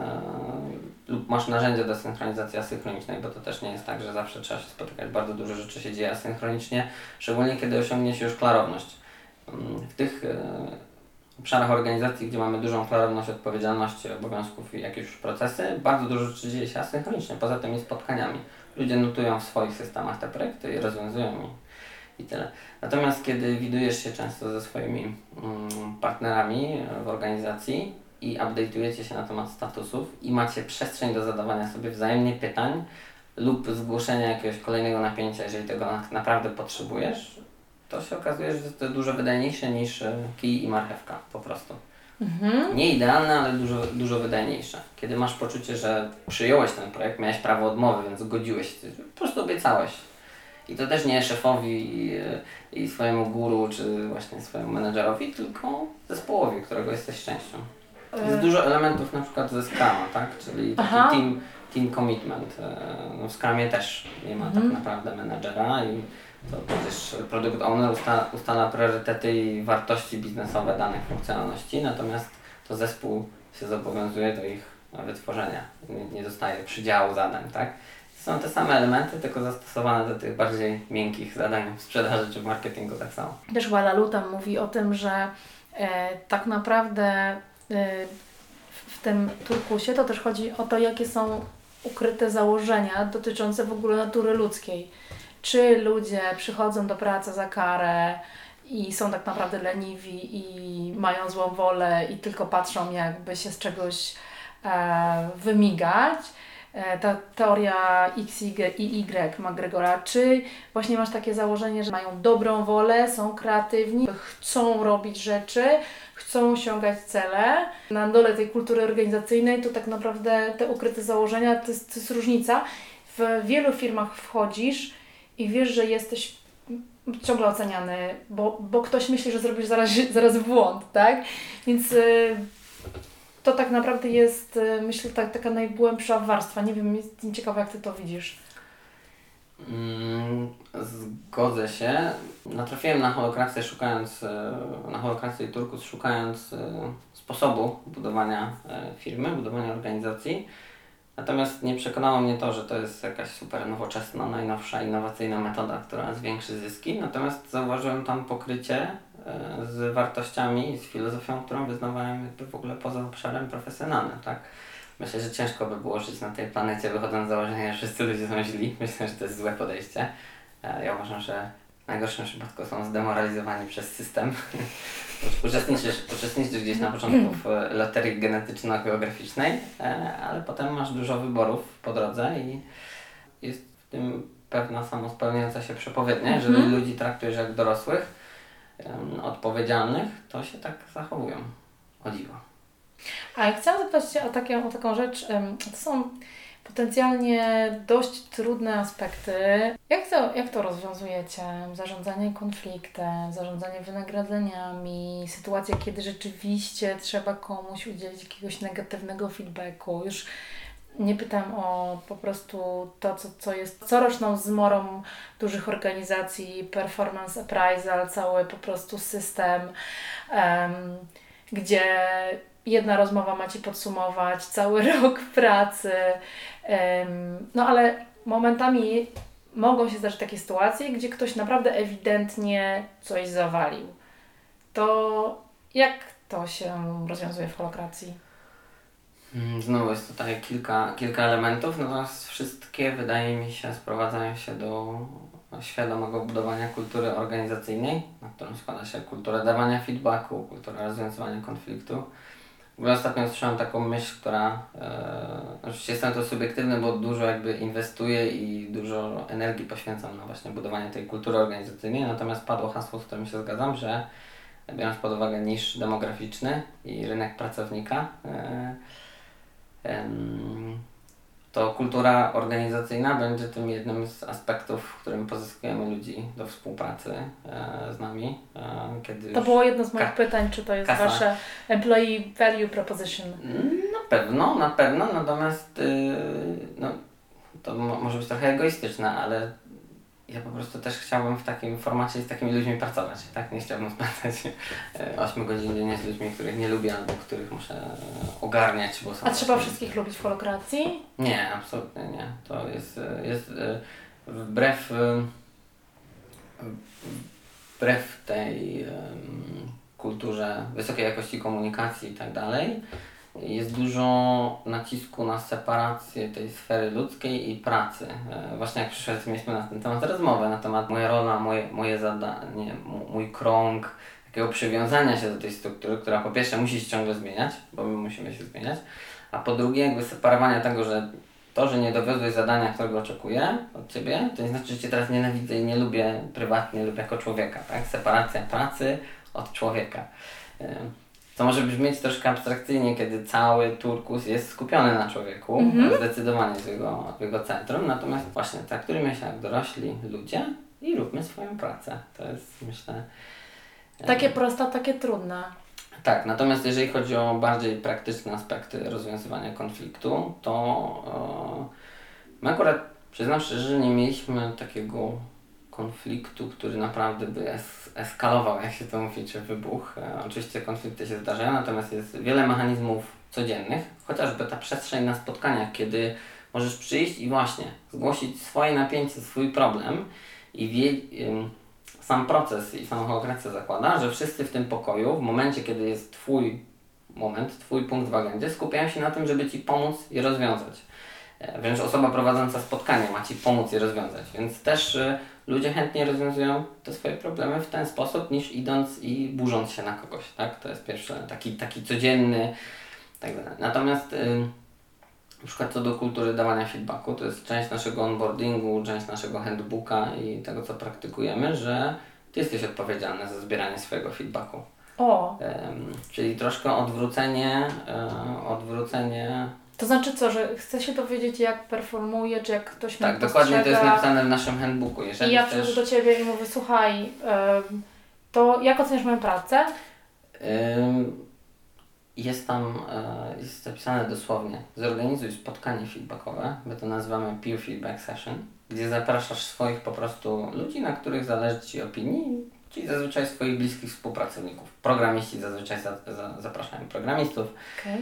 yy, lub masz narzędzia do synchronizacji asynchronicznej, bo to też nie jest tak, że zawsze trzeba się spotykać, bardzo dużo rzeczy się dzieje asynchronicznie, szczególnie kiedy osiągnie się już klarowność. Yy, w tych yy, obszarach organizacji, gdzie mamy dużą klarowność odpowiedzialności, obowiązków i jakieś już procesy, bardzo dużo rzeczy dzieje się asynchronicznie, poza tymi spotkaniami. Ludzie notują w swoich systemach te projekty i rozwiązują i, i tyle. Natomiast kiedy widujesz się często ze swoimi mm, partnerami w organizacji i update'ujecie się na temat statusów i macie przestrzeń do zadawania sobie wzajemnie pytań lub zgłoszenia jakiegoś kolejnego napięcia, jeżeli tego na, naprawdę potrzebujesz, to się okazuje, że to jest dużo wydajniejsze niż kij i marchewka po prostu. Mhm. Nie idealne, ale dużo, dużo wydajniejsze. Kiedy masz poczucie, że przyjąłeś ten projekt, miałeś prawo odmowy, więc zgodziłeś się, po prostu obiecałeś. I to też nie szefowi i, i swojemu guru, czy właśnie swojemu menedżerowi, tylko zespołowi, którego jesteś częścią. Jest dużo elementów na przykład ze Scruma, tak? Czyli taki team, team commitment. No w Scrumie też nie ma mhm. tak naprawdę menedżera i to przecież product owner ustala, ustala priorytety i wartości biznesowe danych funkcjonalności, natomiast to zespół się zobowiązuje do ich wytworzenia. Nie, nie dostaje przydziału zadań, tak? Są te same elementy, tylko zastosowane do tych bardziej miękkich zadań w sprzedaży czy w marketingu tak samo. Też Walalu tam mówi o tym, że e, tak naprawdę e, w tym turkusie to też chodzi o to, jakie są ukryte założenia dotyczące w ogóle natury ludzkiej. Czy ludzie przychodzą do pracy za karę i są tak naprawdę leniwi i mają złą wolę i tylko patrzą, jakby się z czegoś e, wymigać. E, ta teoria X i Y McGregora. Czy właśnie masz takie założenie, że mają dobrą wolę, są kreatywni, chcą robić rzeczy, chcą osiągać cele. Na dole tej kultury organizacyjnej to tak naprawdę te ukryte założenia to jest, to jest różnica. W wielu firmach wchodzisz i wiesz, że jesteś ciągle oceniany, bo, bo ktoś myśli, że zrobisz zaraz, zaraz błąd, tak? Więc y, to tak naprawdę jest, y, myślę, tak, taka najgłębsza warstwa. Nie wiem, jestem ciekawa, jak Ty to widzisz. Mm, zgodzę się. Natrafiłem na holokrację szukając, na holokrację i turkus szukając sposobu budowania firmy, budowania organizacji. Natomiast nie przekonało mnie to, że to jest jakaś super nowoczesna, najnowsza, innowacyjna metoda, która zwiększy zyski. Natomiast zauważyłem tam pokrycie z wartościami i z filozofią, którą wyznawałem jakby w ogóle poza obszarem profesjonalnym, tak? Myślę, że ciężko by było żyć na tej planecie, wychodząc z założenia, że wszyscy ludzie są źli. Myślę, że to jest złe podejście. Ja uważam, że w najgorszym przypadku są zdemoralizowani przez system. Uczestniczysz, uczestniczysz gdzieś na początku w loterii genetyczno-geograficznej, ale potem masz dużo wyborów po drodze i jest w tym pewna samospełniająca się przepowiednia. Jeżeli mm-hmm. ludzi traktujesz jak dorosłych, um, odpowiedzialnych, to się tak zachowują. O dziwo. A ja chciałam zapytać Cię o, takie, o taką rzecz. To są potencjalnie dość trudne aspekty. Jak to, jak to rozwiązujecie? Zarządzanie konfliktem, zarządzanie wynagrodzeniami, sytuacje, kiedy rzeczywiście trzeba komuś udzielić jakiegoś negatywnego feedbacku. Już nie pytam o po prostu to, co, co jest coroczną zmorą dużych organizacji, performance appraisal, cały po prostu system, um, gdzie jedna rozmowa ma Ci podsumować cały rok pracy, no ale momentami mogą się zdarzyć takie sytuacje, gdzie ktoś naprawdę ewidentnie coś zawalił. To jak to się rozwiązuje w holokracji? Znowu jest tutaj kilka, kilka elementów, natomiast wszystkie, wydaje mi się, sprowadzają się do świadomego budowania kultury organizacyjnej, na którą składa się kultura dawania feedbacku, kultura rozwiązywania konfliktu. W ogóle ostatnio usłyszałem taką myśl, która, e, oczywiście jestem to subiektywny, bo dużo jakby inwestuję i dużo energii poświęcam na właśnie budowanie tej kultury organizacyjnej, natomiast padło hasło, z którym się zgadzam, że biorąc pod uwagę niż demograficzny i rynek pracownika, e, e, to kultura organizacyjna będzie tym jednym z aspektów, w którym pozyskujemy ludzi do współpracy e, z nami. E, kiedy to było jedno z moich pytań, czy to jest kasa. Wasze Employee Value Proposition? Na pewno, na pewno, natomiast yy, no, to mo- może być trochę egoistyczne, ale ja po prostu też chciałbym w takim formacie z takimi ludźmi pracować, tak? Nie chciałbym spędzać osiem godzin dziennie z ludźmi, których nie lubię albo których muszę ogarniać, bo są... A trzeba wszystkich lubić w holokracji? Nie, absolutnie nie. To jest, jest wbrew, wbrew tej um, kulturze wysokiej jakości komunikacji i tak dalej, jest dużo nacisku na separację tej sfery ludzkiej i pracy. E, właśnie jak przyszedł, mieliśmy na ten temat rozmowę, na temat moja rola, moje, moje zadanie, mój krąg, takiego przywiązania się do tej struktury, która po pierwsze musi się ciągle zmieniać, bo my musimy się zmieniać, a po drugie jakby separowania tego, że to, że nie dowiozłeś zadania, którego oczekuję od Ciebie, to nie znaczy, że Cię teraz nienawidzę i nie lubię prywatnie lub jako człowieka, tak? Separacja pracy od człowieka. E, To może brzmieć troszkę abstrakcyjnie, kiedy cały turkus jest skupiony na człowieku, mm-hmm. zdecydowanie w jego, w jego centrum, natomiast właśnie traktujmy się jak dorośli ludzie i róbmy swoją pracę. To jest, myślę... Takie proste, takie trudne. Tak, natomiast jeżeli chodzi o bardziej praktyczne aspekty rozwiązywania konfliktu, to e, my akurat, przyznam szczerze, że nie mieliśmy takiego konfliktu, który naprawdę by es- eskalował, jak się to mówi, czy wybuch. E, oczywiście konflikty się zdarzają, natomiast jest wiele mechanizmów codziennych, chociażby ta przestrzeń na spotkaniach, kiedy możesz przyjść i właśnie zgłosić swoje napięcie, swój problem i wie, ym, sam proces i sama holokracja zakłada, że wszyscy w tym pokoju, w momencie, kiedy jest Twój moment, Twój punkt w agendzie, skupiają się na tym, żeby Ci pomóc je rozwiązać. E, wręcz osoba prowadząca spotkanie ma Ci pomóc je rozwiązać, więc też y, ludzie chętnie rozwiązują te swoje problemy w ten sposób, niż idąc i burząc się na kogoś, tak? To jest pierwszy taki, taki codzienny, tak dalej. Natomiast y, na przykład co do kultury dawania feedbacku, to jest część naszego onboardingu, część naszego handbooka i tego, co praktykujemy, że Ty jesteś odpowiedzialny za zbieranie swojego feedbacku. O! Ym, czyli troszkę odwrócenie, y, odwrócenie... To znaczy co, że chce się dowiedzieć, jak performuje, czy jak ktoś mnie Tak, dokładnie postrzega. to jest napisane w naszym handbooku. Jeżeli I ja chcesz... przychodzę do Ciebie i mówię, słuchaj, y, to jak oceniasz moją pracę? Ym, jest tam, y, jest zapisane dosłownie, zorganizuj spotkanie feedbackowe, my to nazywamy peer feedback session, gdzie zapraszasz swoich po prostu ludzi, na których zależy Ci opinii, czyli zazwyczaj swoich bliskich współpracowników. Programiści zazwyczaj za, za, zapraszają programistów. Okay.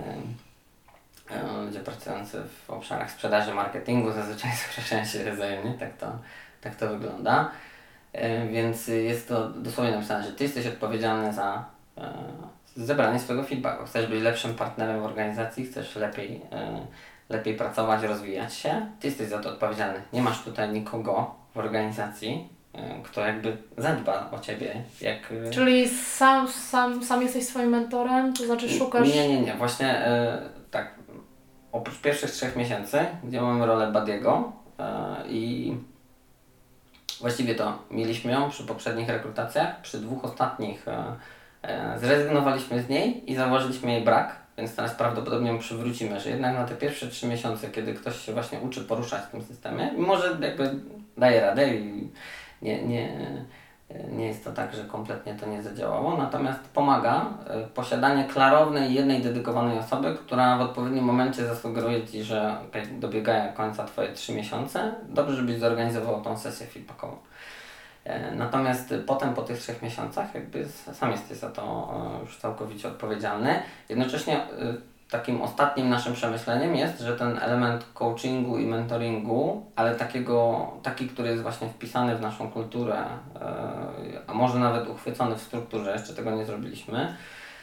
Ludzie pracujący w obszarach sprzedaży, marketingu zazwyczaj zapraszają się wzajemnie, tak to, tak to wygląda. E, więc jest to dosłownie napisane, że Ty jesteś odpowiedzialny za e, zebranie swojego feedbacku. Chcesz być lepszym partnerem w organizacji, chcesz lepiej, e, lepiej pracować, rozwijać się. Ty jesteś za to odpowiedzialny. Nie masz tutaj nikogo w organizacji, e, kto jakby zadba o Ciebie. Jak, e... Czyli sam, sam, sam jesteś swoim mentorem? To znaczy szukasz... Nie, nie, nie. Właśnie e, tak. Oprócz pierwszych trzech miesięcy, gdzie mamy rolę Badiego yy, i właściwie to mieliśmy ją przy poprzednich rekrutacjach, przy dwóch ostatnich yy, yy, zrezygnowaliśmy z niej i zauważyliśmy jej brak, więc teraz prawdopodobnie ją przywrócimy, że jednak na te pierwsze trzy miesiące, kiedy ktoś się właśnie uczy poruszać w tym systemie, może jakby daje radę i nie, nie, nie jest to tak, że kompletnie to nie zadziałało, natomiast pomaga y, posiadanie klarownej jednej dedykowanej osoby, która w odpowiednim momencie zasugeruje Ci, że okay, dobiegają końca Twoje trzy miesiące, dobrze, żebyś zorganizował tą sesję feedbackową. Natomiast potem po tych trzech miesiącach jakby sam jesteś za to już całkowicie odpowiedzialny. Jednocześnie takim ostatnim naszym przemyśleniem jest, że ten element coachingu i mentoringu, ale takiego, taki, który jest właśnie wpisany w naszą kulturę, a może nawet uchwycony w strukturze, jeszcze tego nie zrobiliśmy,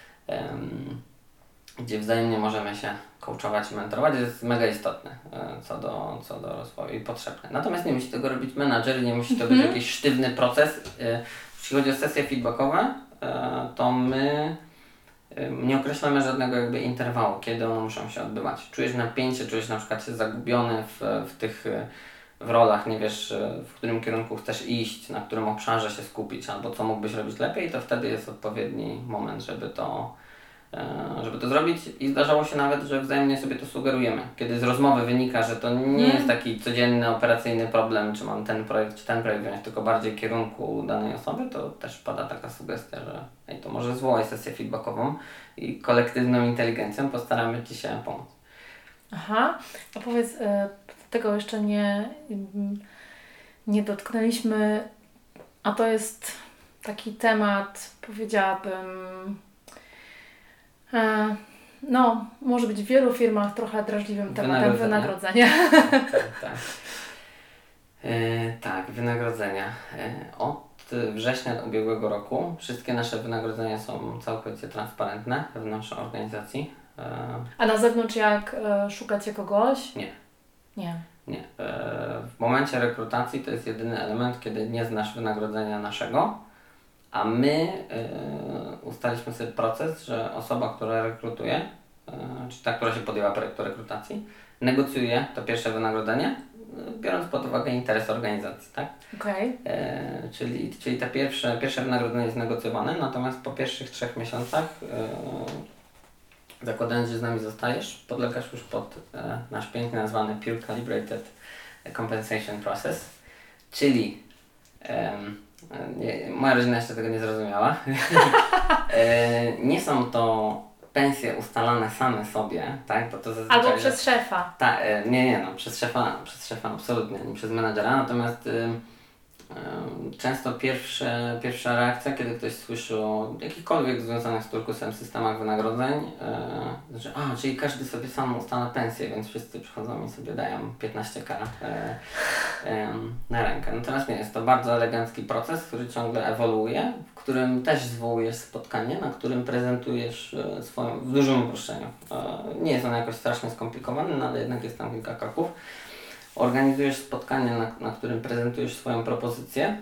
gdzie wzajemnie możemy się coachować i mentorować, jest mega istotny co do, co do rozwoju i potrzebny. Natomiast nie musi tego robić menadżer, nie musi to być jakiś sztywny proces. Jeśli chodzi o sesje feedbackowe, to my nie określamy żadnego jakby interwału, kiedy one muszą się odbywać. Czujesz napięcie, czujesz na przykład się zagubiony w, w tych w rolach, nie wiesz w którym kierunku chcesz iść, na którym obszarze się skupić, albo co mógłbyś robić lepiej, to wtedy jest odpowiedni moment, żeby to żeby to zrobić i zdarzało się nawet, że wzajemnie sobie to sugerujemy. Kiedy z rozmowy wynika, że to nie hmm. jest taki codzienny, operacyjny problem, czy mam ten projekt, czy ten projekt wziąć, tylko bardziej kierunku danej osoby, to też pada taka sugestia, że ej, to może zwołaj sesję feedbackową i kolektywną inteligencją postaramy Ci się pomóc. Aha, a powiedz, tego jeszcze nie, nie dotknęliśmy, a to jest taki temat, powiedziałabym, no, może być w wielu firmach trochę drażliwym tematem wynagrodzenia. Tak, tak. Yy, tak, wynagrodzenia. Yy, od września ubiegłego roku wszystkie nasze wynagrodzenia są całkowicie transparentne w naszej organizacji. Yy. A na zewnątrz jak yy, szukacie kogoś? Nie. Nie. Nie. Yy, w momencie rekrutacji to jest jedyny element, kiedy nie znasz wynagrodzenia naszego. A my y, ustaliśmy sobie proces, że osoba, która rekrutuje, y, czy ta, która się podjęła projektu rekrutacji, negocjuje to pierwsze wynagrodzenie, y, biorąc pod uwagę interes organizacji, tak? Okej. Okay. Y, czyli czyli te pierwsze, pierwsze wynagrodzenie jest negocjowane, natomiast po pierwszych trzech miesiącach, y, zakładając, że z nami zostajesz, podlegasz już pod y, nasz pięknie nazwany Peer Calibrated Compensation Process, czyli y, Nie, moja rodzina jeszcze tego nie zrozumiała. e, nie są to pensje ustalane same sobie, tak? Bo to zazwyczaj, albo przez szefa. Ta, e, nie, nie, no, przez szefa, przez szefa absolutnie, nie przez menadżera, natomiast e, e, często pierwsze, pierwsza reakcja, kiedy ktoś słyszy o jakichkolwiek związanych z turkusem systemach wynagrodzeń, e, że a, czyli każdy sobie sam ustala pensję, więc wszyscy przychodzą i sobie dają piętnaście tysięcy e, e, na rękę. Natomiast nie, jest to bardzo elegancki proces, który ciągle ewoluuje, w którym też zwołujesz spotkanie, na którym prezentujesz e, swoją, w dużym uproszczeniu. E, nie jest on jakoś strasznie skomplikowany, no ale jednak jest tam kilka kroków. Organizujesz spotkanie, na, na którym prezentujesz swoją propozycję,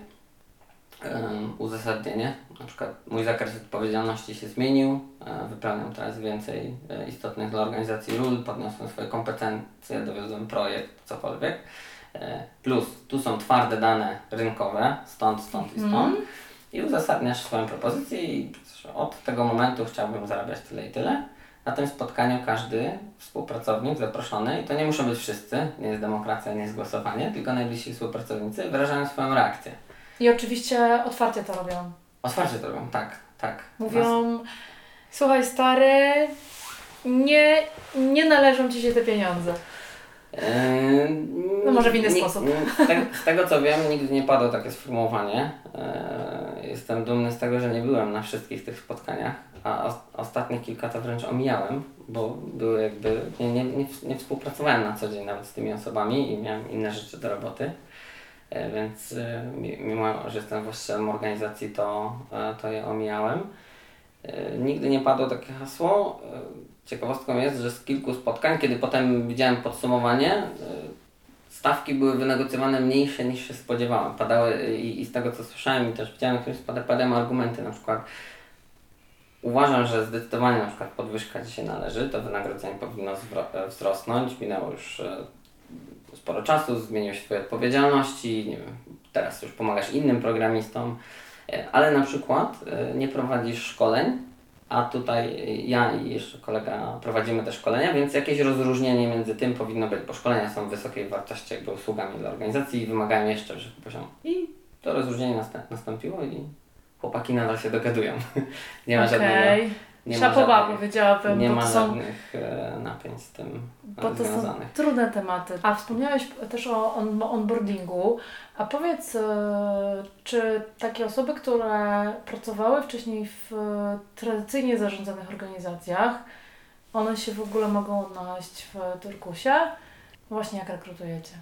um, uzasadnienie. Na przykład mój zakres odpowiedzialności się zmienił, e, wypełniam teraz więcej e, istotnych dla organizacji ról, podniosłem swoje kompetencje, dowiozłem projekt, cokolwiek. E, plus tu są twarde dane rynkowe, stąd, stąd i stąd. Mm. I uzasadniasz swoją propozycję i od tego momentu chciałbym zarabiać tyle i tyle. Na tym spotkaniu każdy współpracownik zaproszony, i to nie muszą być wszyscy, nie jest demokracja, nie jest głosowanie, tylko najbliżsi współpracownicy wyrażają swoją reakcję. I oczywiście otwarcie to robią. Otwarcie to robią, tak, tak. Mówią, Nas... słuchaj stary, nie, nie należą Ci się te pieniądze. Yy, no może w inny nie, sposób. Z, te, z tego co wiem, nigdy nie padło takie sformułowanie. Yy, jestem dumny z tego, że nie byłem na wszystkich tych spotkaniach, a o, ostatnie kilka to wręcz omijałem, bo były jakby, nie, nie, nie, nie współpracowałem na co dzień nawet z tymi osobami i miałem inne rzeczy do roboty. Yy, więc yy, mimo, że jestem właścicielem organizacji, to, yy, to je omijałem. Yy, nigdy nie padło takie hasło. Yy, Ciekawostką jest, że z kilku spotkań, kiedy potem widziałem podsumowanie, stawki były wynegocjowane mniejsze niż się spodziewałem. Padały i, i z tego co słyszałem i też widziałem, jakieś padają argumenty, na przykład uważam, że zdecydowanie na przykład podwyżka Ci się należy, to wynagrodzenie powinno wzrosnąć, minęło już sporo czasu, zmieniły się Twoje odpowiedzialności, nie wiem, teraz już pomagasz innym programistom, ale na przykład nie prowadzisz szkoleń, a tutaj ja i jeszcze kolega prowadzimy te szkolenia, więc jakieś rozróżnienie między tym powinno być, bo szkolenia są wysokiej wartości jakby usługami dla organizacji i wymagają jeszcze wyższego poziomu. I to rozróżnienie nastąpiło i chłopaki nadal się dogadują. nie, ma okay. żadnego, nie Szapoba, ma powiedziałabym, nie bo ma to są, żadnych e, napięć z tym bo to są związanych. trudne tematy. A wspomniałeś też o on, onboardingu, a powiedz, e, czy takie osoby, które pracowały wcześniej w e, tradycyjnie zarządzanych organizacjach, one się w ogóle mogą odnaleźć w Turkusie? Właśnie jak rekrutujecie?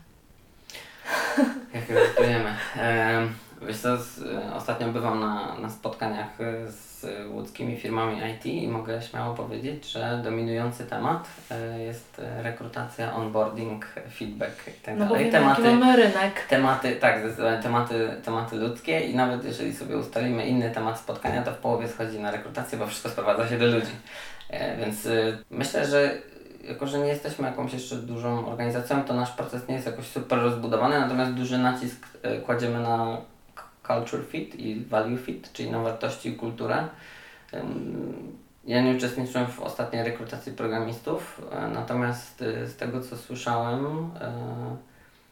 Jak rekrutujemy? E, wiesz co, z, ostatnio bywam na, na spotkaniach z łódzkimi firmami I T i mogę śmiało powiedzieć, że dominujący temat e, jest rekrutacja, onboarding, feedback i tak No bo dalej. wiemy, jaki mamy rynek. Tematy, tak, zdecydowanie tematy, tematy ludzkie i nawet jeżeli sobie ustalimy inny temat spotkania, to w połowie schodzi na rekrutację, bo wszystko sprowadza się do ludzi. E, więc y, myślę, że jako, że nie jesteśmy jakąś jeszcze dużą organizacją, to nasz proces nie jest jakoś super rozbudowany, natomiast duży nacisk y, kładziemy na culture fit i value fit, czyli na wartości i kulturę. Y, ja nie uczestniczyłem w ostatniej rekrutacji programistów, y, natomiast y, z tego co słyszałem, y,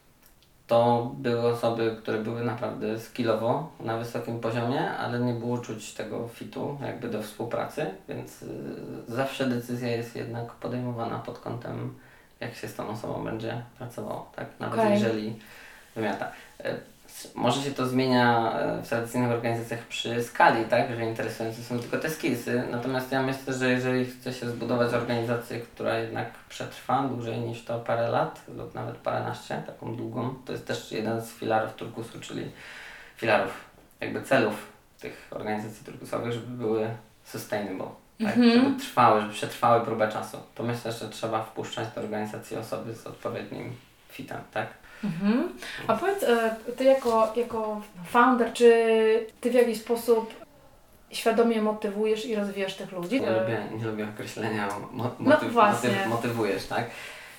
to były osoby, które były naprawdę skillowo na wysokim poziomie, ale nie było czuć tego fitu jakby do współpracy, więc y, zawsze decyzja jest jednak podejmowana pod kątem, jak się z tą osobą będzie pracowało, tak? Nawet Okay. jeżeli wymiata. Y, może się to zmienia w tradycyjnych organizacjach przy skali, tak? Że interesujące są tylko te skillsy, natomiast ja myślę, że jeżeli chce się zbudować organizację, która jednak przetrwa dłużej niż to parę lat lub nawet paręnaście, taką długą, to jest też jeden z filarów turkusu, czyli filarów, jakby celów tych organizacji turkusowych, żeby były sustainable, tak? Mhm. Żeby trwały, żeby przetrwały próbę czasu. To myślę, że trzeba wpuszczać do organizacji osoby z odpowiednim fitem, tak? Mhm. A powiedz, Ty jako, jako founder, czy Ty w jakiś sposób świadomie motywujesz i rozwijasz tych ludzi? Nie lubię, nie lubię określenia mo- No motyw, właśnie. motyw, motywujesz, tak?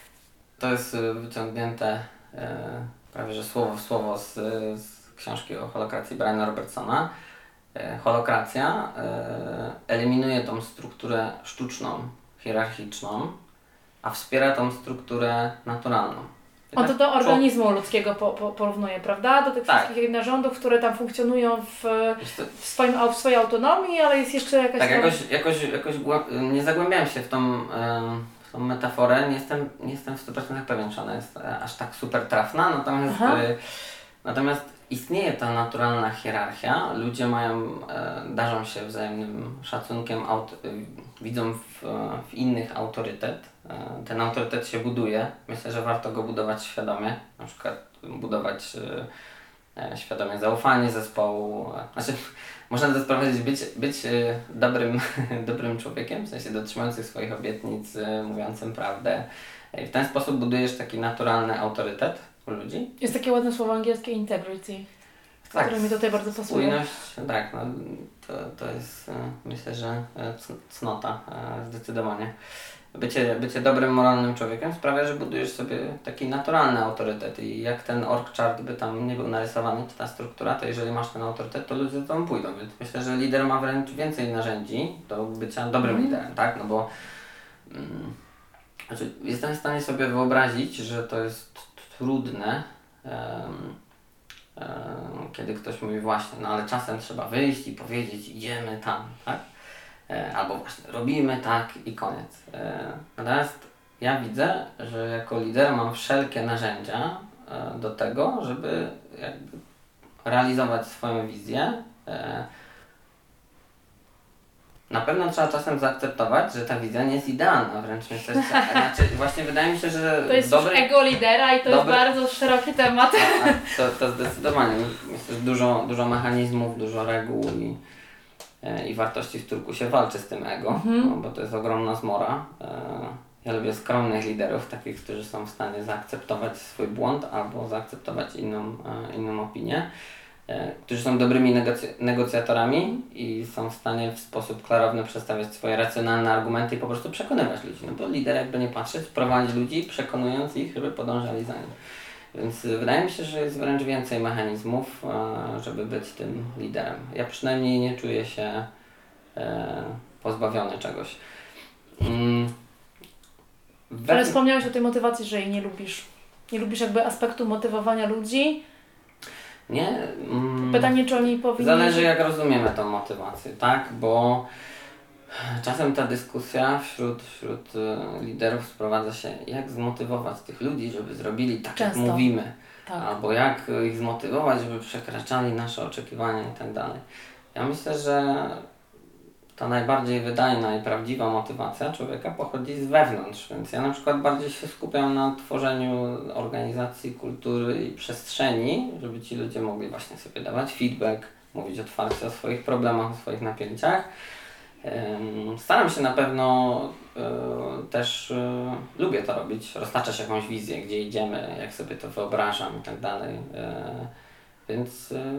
To jest y, wyciągnięte e, prawie że słowo w słowo z, z książki o holokracji Briana Robertsona. E, holokracja e, eliminuje tą strukturę sztuczną, hierarchiczną, a wspiera tą strukturę naturalną. I On to tak do organizmu ludzkiego po, po, porównuje, prawda? Do tych Tak. wszystkich narządów, które tam funkcjonują w, Wiesz co, w, swoim, w swojej autonomii, ale jest jeszcze jakaś Tak, tam... jakoś, jakoś, jakoś głę- nie zagłębiałem się w tą, em, w tą metaforę, nie jestem, nie jestem w stu procentach pewien, czy ona jest e, aż tak super trafna, natomiast, Aha. y, natomiast istnieje ta naturalna hierarchia, ludzie mają, e, darzą się wzajemnym szacunkiem, aut, y, widzą w, w innych autorytet, e, ten autorytet się buduje, myślę, że warto go budować świadomie, na przykład budować y, e, świadomie zaufanie zespołu, e, znaczy można to sprowadzić, być, być y, dobrym, dobrym człowiekiem, w sensie dotrzymującym swoich obietnic, y, mówiącym prawdę. I w ten sposób budujesz taki naturalny autorytet u ludzi. Jest takie ładne słowo angielskie integrity, Tak, które mi tutaj bardzo pasuje. spójność, tak, no, to, to jest y, myślę, że y, c- cnota y, zdecydowanie. Bycie, bycie dobrym, moralnym człowiekiem sprawia, że budujesz sobie taki naturalny autorytet i jak ten org chart by tam nie był narysowany, czy ta struktura, to jeżeli masz ten autorytet, to ludzie za tobą pójdą, więc myślę, że lider ma wręcz więcej narzędzi do bycia dobrym Mm. liderem, tak, no bo mm, znaczy jestem w stanie sobie wyobrazić, że to jest trudne, em, em, kiedy ktoś mówi właśnie, no ale czasem trzeba wyjść i powiedzieć idziemy tam, tak? Albo właśnie robimy tak i koniec. Natomiast ja widzę, że jako lider mam wszelkie narzędzia do tego, żeby jakby realizować swoją wizję. Na pewno trzeba czasem zaakceptować, że ta wizja nie jest idealna, wręcz myślę, że znaczy, właśnie wydaje mi się, że To jest dobry, już ego lidera i to dobry- jest bardzo szeroki temat. a, to, to zdecydowanie. Myślę, że dużo, dużo mechanizmów, dużo reguł i, e, i wartości w turkusie walczy z tym ego, Mhm. no, bo to jest ogromna zmora. E, ja lubię skromnych liderów, takich, którzy są w stanie zaakceptować swój błąd albo zaakceptować inną, e, inną opinię, e, którzy są dobrymi negocy- negocjatorami i są w stanie w sposób klarowny przedstawiać swoje racjonalne argumenty i po prostu przekonywać ludzi. No bo lider, jakby nie patrzeć, prowadzi ludzi, przekonując ich, żeby podążali za nim. Więc y, wydaje mi się, że jest wręcz więcej mechanizmów, e, żeby być tym liderem. Ja przynajmniej nie czuję się e, pozbawiony czegoś. Mm. We- Ale wspomniałeś o tej motywacji, że jej nie lubisz. Nie lubisz jakby aspektu motywowania ludzi. Nie. Mm. Pytanie, czy oni powinni... Zależy jak rozumiemy tą motywację, tak? Bo Czasem ta dyskusja wśród, wśród e, liderów sprowadza się, jak zmotywować tych ludzi, żeby zrobili tak, Często. jak mówimy. Tak. Albo jak ich zmotywować, żeby przekraczali nasze oczekiwania i tak dalej. Ja myślę, że ta najbardziej wydajna i prawdziwa motywacja człowieka pochodzi z wewnątrz, więc ja na przykład bardziej się skupiam na tworzeniu organizacji, kultury i przestrzeni, żeby ci ludzie mogli właśnie sobie dawać feedback, mówić otwarcie o swoich problemach, o swoich napięciach. Staram się na pewno y, też y, lubię to robić, roztaczać jakąś wizję, gdzie idziemy, jak sobie to wyobrażam i tak dalej. Y, więc y,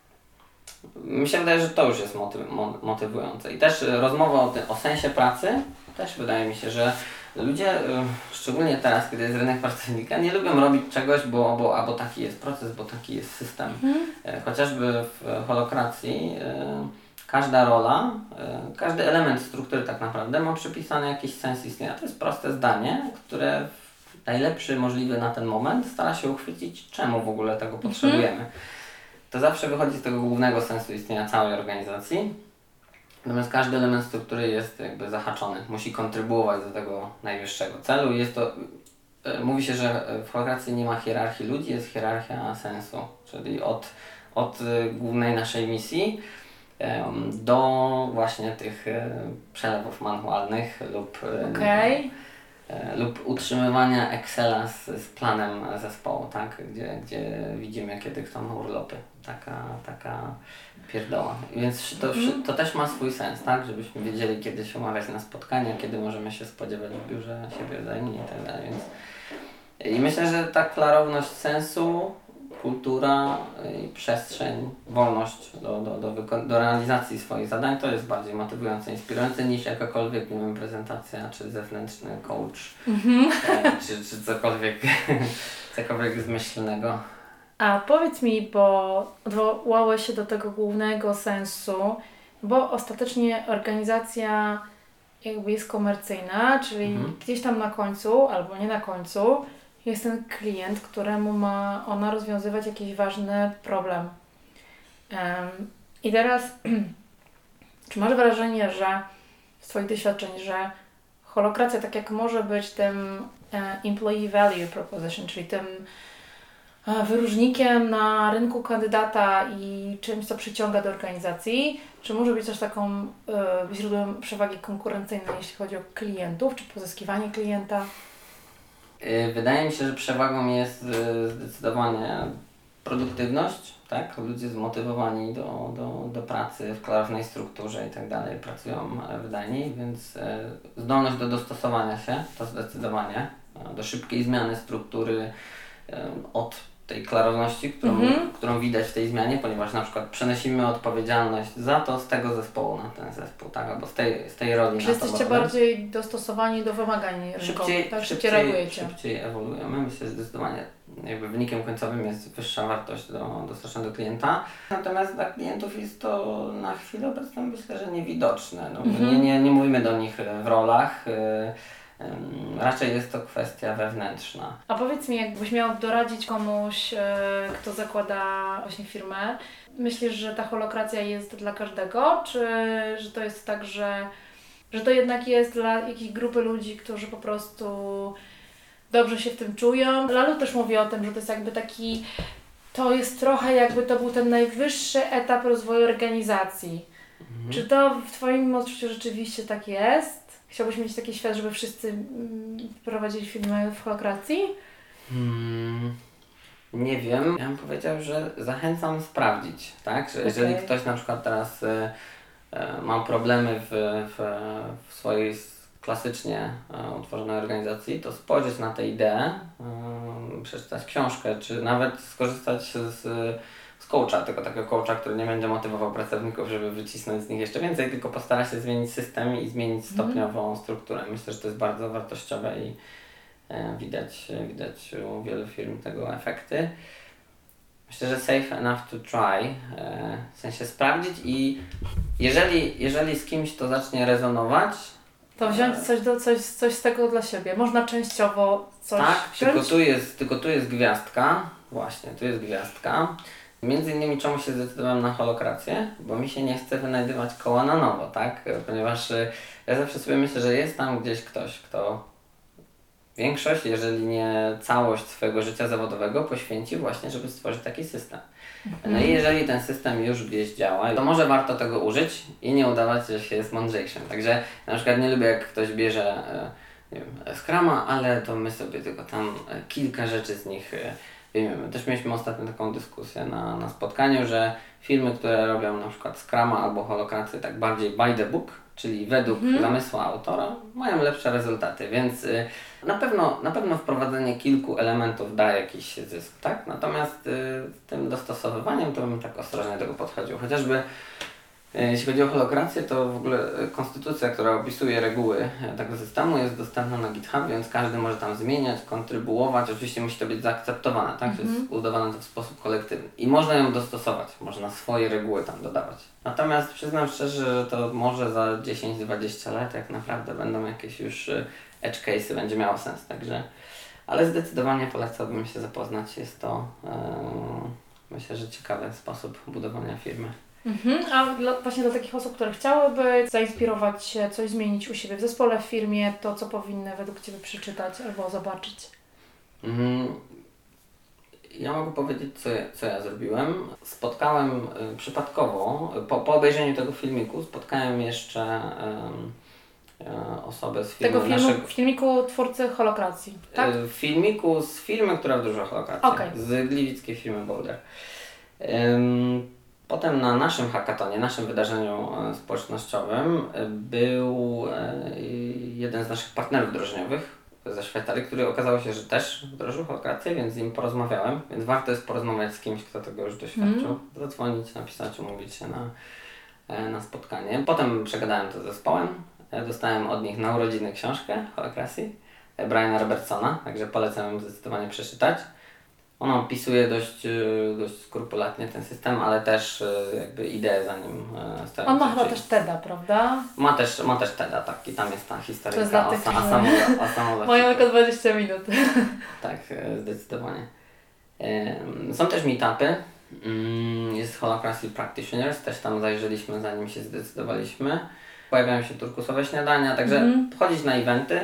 mi się wydaje, że to już jest motyw, mo, motywujące. I też y, rozmowa o, ty, o sensie pracy, też wydaje mi się, że ludzie, y, szczególnie teraz, kiedy jest rynek pracownika, nie lubią robić czegoś, bo, bo albo taki jest proces, bo taki jest system. Mhm. Y, chociażby w holokracji y, każda rola, y, każdy element struktury tak naprawdę ma przypisany jakiś sens istnienia. To jest proste zdanie, które w najlepszy możliwy na ten moment stara się uchwycić, czemu w ogóle tego potrzebujemy. Mhm. To zawsze wychodzi z tego głównego sensu istnienia całej organizacji. Natomiast każdy element struktury jest jakby zahaczony, musi kontrybuować do tego najwyższego celu. Jest to, y, mówi się, że w holokracji nie ma hierarchii ludzi, jest hierarchia sensu, czyli od, od y, głównej naszej misji do właśnie tych przelewów manualnych lub, okay. lub utrzymywania Excela z, z planem zespołu, tak? Gdzie, gdzie widzimy, kiedy kto ma urlopy. Taka, taka pierdoła. Więc to, mm. to też ma swój sens, tak? Żebyśmy wiedzieli, kiedy się umawiać na spotkania, kiedy możemy się spodziewać w biurze siebie wzajemnie i tak dalej. Więc... I myślę, że ta klarowność sensu, kultura i przestrzeń, wolność do, do, do, wyko- do realizacji swoich zadań to jest bardziej motywujące, inspirujące niż jakakolwiek, nie wiem, prezentacja, czy zewnętrzny coach, mm-hmm. e, czy, czy cokolwiek, cokolwiek zmyślnego. A powiedz mi, bo odwołałeś się do tego głównego sensu, bo ostatecznie organizacja jakby jest komercyjna, czyli mm-hmm. gdzieś tam na końcu, albo nie na końcu, jest ten klient, któremu ma ona rozwiązywać jakiś ważny problem. Um, I teraz, czy masz wrażenie, że z Twoich doświadczeń, że holokracja tak jak może być tym e, employee value proposition, czyli tym e, wyróżnikiem na rynku kandydata i czymś, co przyciąga do organizacji, czy może być też taką e, źródłem przewagi konkurencyjnej, jeśli chodzi o klientów, czy pozyskiwanie klienta? Wydaje mi się, że przewagą jest zdecydowanie produktywność, tak? Ludzie zmotywowani do, do, do pracy w klarownej strukturze i tak dalej pracują wydajniej, więc zdolność do dostosowania się to zdecydowanie, do szybkiej zmiany struktury od tej klarowności, którą, mhm. którą widać w tej zmianie, ponieważ na przykład przenosimy odpowiedzialność za to z tego zespołu na ten zespół, tak? Albo z tej, z tej roli. Czy jesteście bardziej dostosowani do wymagań rynkowych, szybciej, tak? Szybciej, reagujecie. Szybciej ewoluujemy. Myślę, że zdecydowanie jakby wynikiem końcowym jest wyższa wartość do, dostarczona do klienta. Natomiast dla klientów jest to na chwilę obecną myślę, że niewidoczne. No, mhm. nie, nie, nie mówimy do nich w rolach. Raczej jest to kwestia wewnętrzna. A powiedz mi, jakbyś miał doradzić komuś, kto zakłada właśnie firmę, myślisz, że ta holokracja jest dla każdego, czy że to jest tak, że, że to jednak jest dla jakiejś grupy ludzi, którzy po prostu dobrze się w tym czują? Lalu też mówi o tym, że to jest jakby taki, to jest trochę jakby to był ten najwyższy etap rozwoju organizacji. Mhm. Czy to w Twoim odczuciu rzeczywiście tak jest? Chciałbyś mieć taki świat, żeby wszyscy mm, prowadzili firmy w holokracji? Hmm, nie wiem. Ja bym powiedział, że zachęcam sprawdzić, tak? Że okay. Jeżeli ktoś na przykład teraz y, y, ma problemy w, w, w swojej klasycznie y, utworzonej organizacji, to spojrzeć na tę ideę, y, przeczytać książkę, czy nawet skorzystać z z coacha, tylko takiego coacha, który nie będzie motywował pracowników, żeby wycisnąć z nich jeszcze więcej, tylko postara się zmienić system i zmienić stopniowo mm. strukturę. Myślę, że to jest bardzo wartościowe i e, widać, widać u wielu firm tego efekty. Myślę, że safe enough to try, e, w sensie sprawdzić i jeżeli, jeżeli z kimś to zacznie rezonować, to wziąć coś, do, coś, coś z tego dla siebie. Można częściowo coś tak, wziąć? tylko tu jest, tylko tu jest gwiazdka, właśnie, tu jest gwiazdka. Między innymi czemu się zdecydowałem na holokrację, bo mi się nie chce wynajdywać koła na nowo, tak? Ponieważ y, ja zawsze sobie myślę, że jest tam gdzieś ktoś, kto większość, jeżeli nie całość swojego życia zawodowego poświęci właśnie, żeby stworzyć taki system. No i jeżeli ten system już gdzieś działa, to może warto tego użyć i nie udawać, że się jest mądrzejszym. Także na przykład nie lubię, jak ktoś bierze e, nie wiem, Scruma, ale to my sobie tylko tam e, kilka rzeczy z nich e, wyjmiemy. Też mieliśmy ostatnio taką dyskusję na, na spotkaniu, że firmy, które robią na przykład Scruma albo holokrację tak bardziej by the book, czyli według mhm. zamysłu autora, mają lepsze rezultaty, więc y, na pewno, na pewno wprowadzenie kilku elementów da jakiś zysk, tak? Natomiast y, z tym dostosowywaniem to bym tak ostrożnie do tego podchodził. Chociażby y, jeśli chodzi o holokrację, to w ogóle konstytucja, która opisuje reguły tego systemu, jest dostępna na GitHub, więc każdy może tam zmieniać, kontrybuować. Oczywiście musi to być zaakceptowane, tak? Mhm. Jest udawane to w sposób kolektywny. I można ją dostosować, można swoje reguły tam dodawać. Natomiast przyznam szczerze, że to może za dziesięć do dwudziestu lat, jak naprawdę będą jakieś już edge case'y, będzie miało sens, także. Ale zdecydowanie polecałbym się zapoznać. Jest to, yy, myślę, że ciekawy sposób budowania firmy. Mhm. A dla, właśnie dla takich osób, które chciałyby zainspirować się, coś zmienić u siebie w zespole, w firmie, to co powinny według Ciebie przeczytać albo zobaczyć? Mhm. Ja mogę powiedzieć, co ja, co ja zrobiłem. Spotkałem y, przypadkowo, po, po obejrzeniu tego filmiku, spotkałem jeszcze y, y, osobę z firmy. Tego filmu, naszego, w filmiku twórcy holokracji, tak? Y, w filmiku z firmy, która wdrożyła holokrację, okay. z gliwickiej firmy Boulder. Y, potem na naszym hackatonie, naszym wydarzeniu y, społecznościowym y, był y, jeden z naszych partnerów wdrożeniowych ze Szwajcarii, który okazało się, że też wdrożył holokrację, więc z nim porozmawiałem, więc warto jest porozmawiać z kimś, kto tego już doświadczył, mm. zadzwonić, napisać, umówić się na, na spotkanie. Potem przegadałem to z zespołem, dostałem od nich na urodziny książkę holokracji Briana Robertsona, także polecam ją zdecydowanie przeczytać. Ona opisuje dość, dość skrupulatnie ten system, ale też jakby ideę za nim stoją. On ma chyba też TEDa, prawda? Ma też, ma też TEDa, tak. I tam jest ta historia o, tych, o samolocie. Mają tylko dwadzieścia minut. Tak, zdecydowanie. Są też meetupy. Jest Holacracy Practitioners, też tam zajrzeliśmy, zanim się zdecydowaliśmy. Pojawiają się turkusowe śniadania, także mm. chodzić na eventy.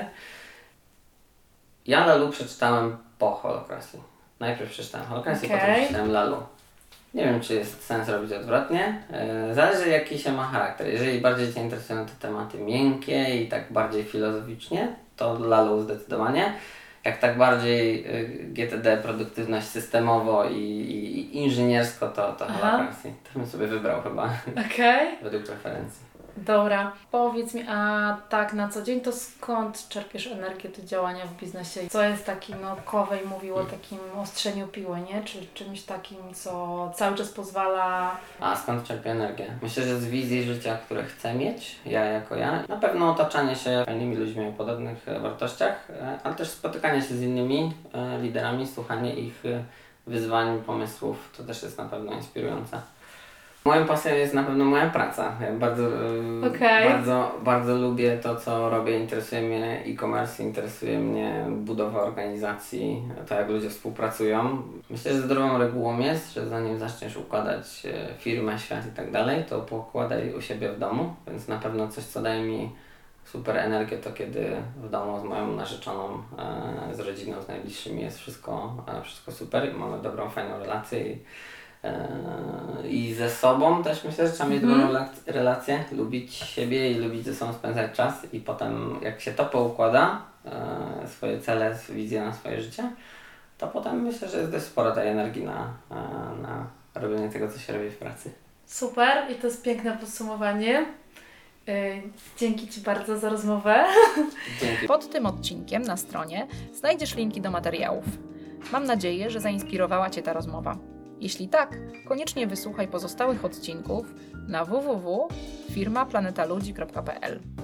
Ja Lalu przeczytałem po Holacracy. Najpierw przeczytałem Holacracy, okay. potem przeczytałem Lalu. Nie wiem, czy jest sens robić odwrotnie. Zależy, jaki się ma charakter. Jeżeli bardziej Cię interesują te tematy miękkie i tak bardziej filozoficznie, to Lalu zdecydowanie. Jak tak bardziej G T D, produktywność systemowo i, i, i inżyniersko, to, to Holacracy. To bym sobie wybrał chyba. Okay. Według preferencji. Dobra, powiedz mi, a tak na co dzień to skąd czerpiesz energię do działania w biznesie? Co jest takim, no Kowej mówił o takim ostrzeniu piły, nie? Czy czymś takim, co cały czas pozwala... A skąd czerpię energię? Myślę, że z wizji życia, które chcę mieć, ja jako ja. Na pewno otaczanie się fajnymi ludźmi o podobnych wartościach, ale też spotykanie się z innymi liderami, słuchanie ich wyzwań, pomysłów, to też jest na pewno inspirujące. Moją pasją jest na pewno moja praca. Ja bardzo, okay. bardzo, bardzo lubię to, co robię. Interesuje mnie e-commerce, interesuje mnie budowa organizacji, to jak ludzie współpracują. Myślę, że zdrową regułą jest, że zanim zaczniesz układać firmę, świat i tak dalej, to pokładaj u siebie w domu, więc na pewno coś, co daje mi super energię, to kiedy w domu z moją narzeczoną, z rodziną, z najbliższymi jest wszystko, wszystko super, mamy dobrą, fajną relację i I ze sobą też myślę, że trzeba mieć mm. dobrą relację, lubić siebie i lubić ze sobą spędzać czas i potem jak się to poukłada, e, swoje cele, wizję na swoje życie, to potem myślę, że jest dość sporo tej energii na, na robienie tego, co się robi w pracy. Super i to jest piękne podsumowanie. Dzięki Ci bardzo za rozmowę. Dzięki. Pod tym odcinkiem na stronie znajdziesz linki do materiałów. Mam nadzieję, że zainspirowała Cię ta rozmowa. Jeśli tak, koniecznie wysłuchaj pozostałych odcinków na w w w kropka firma planeta ludzi kropka p l.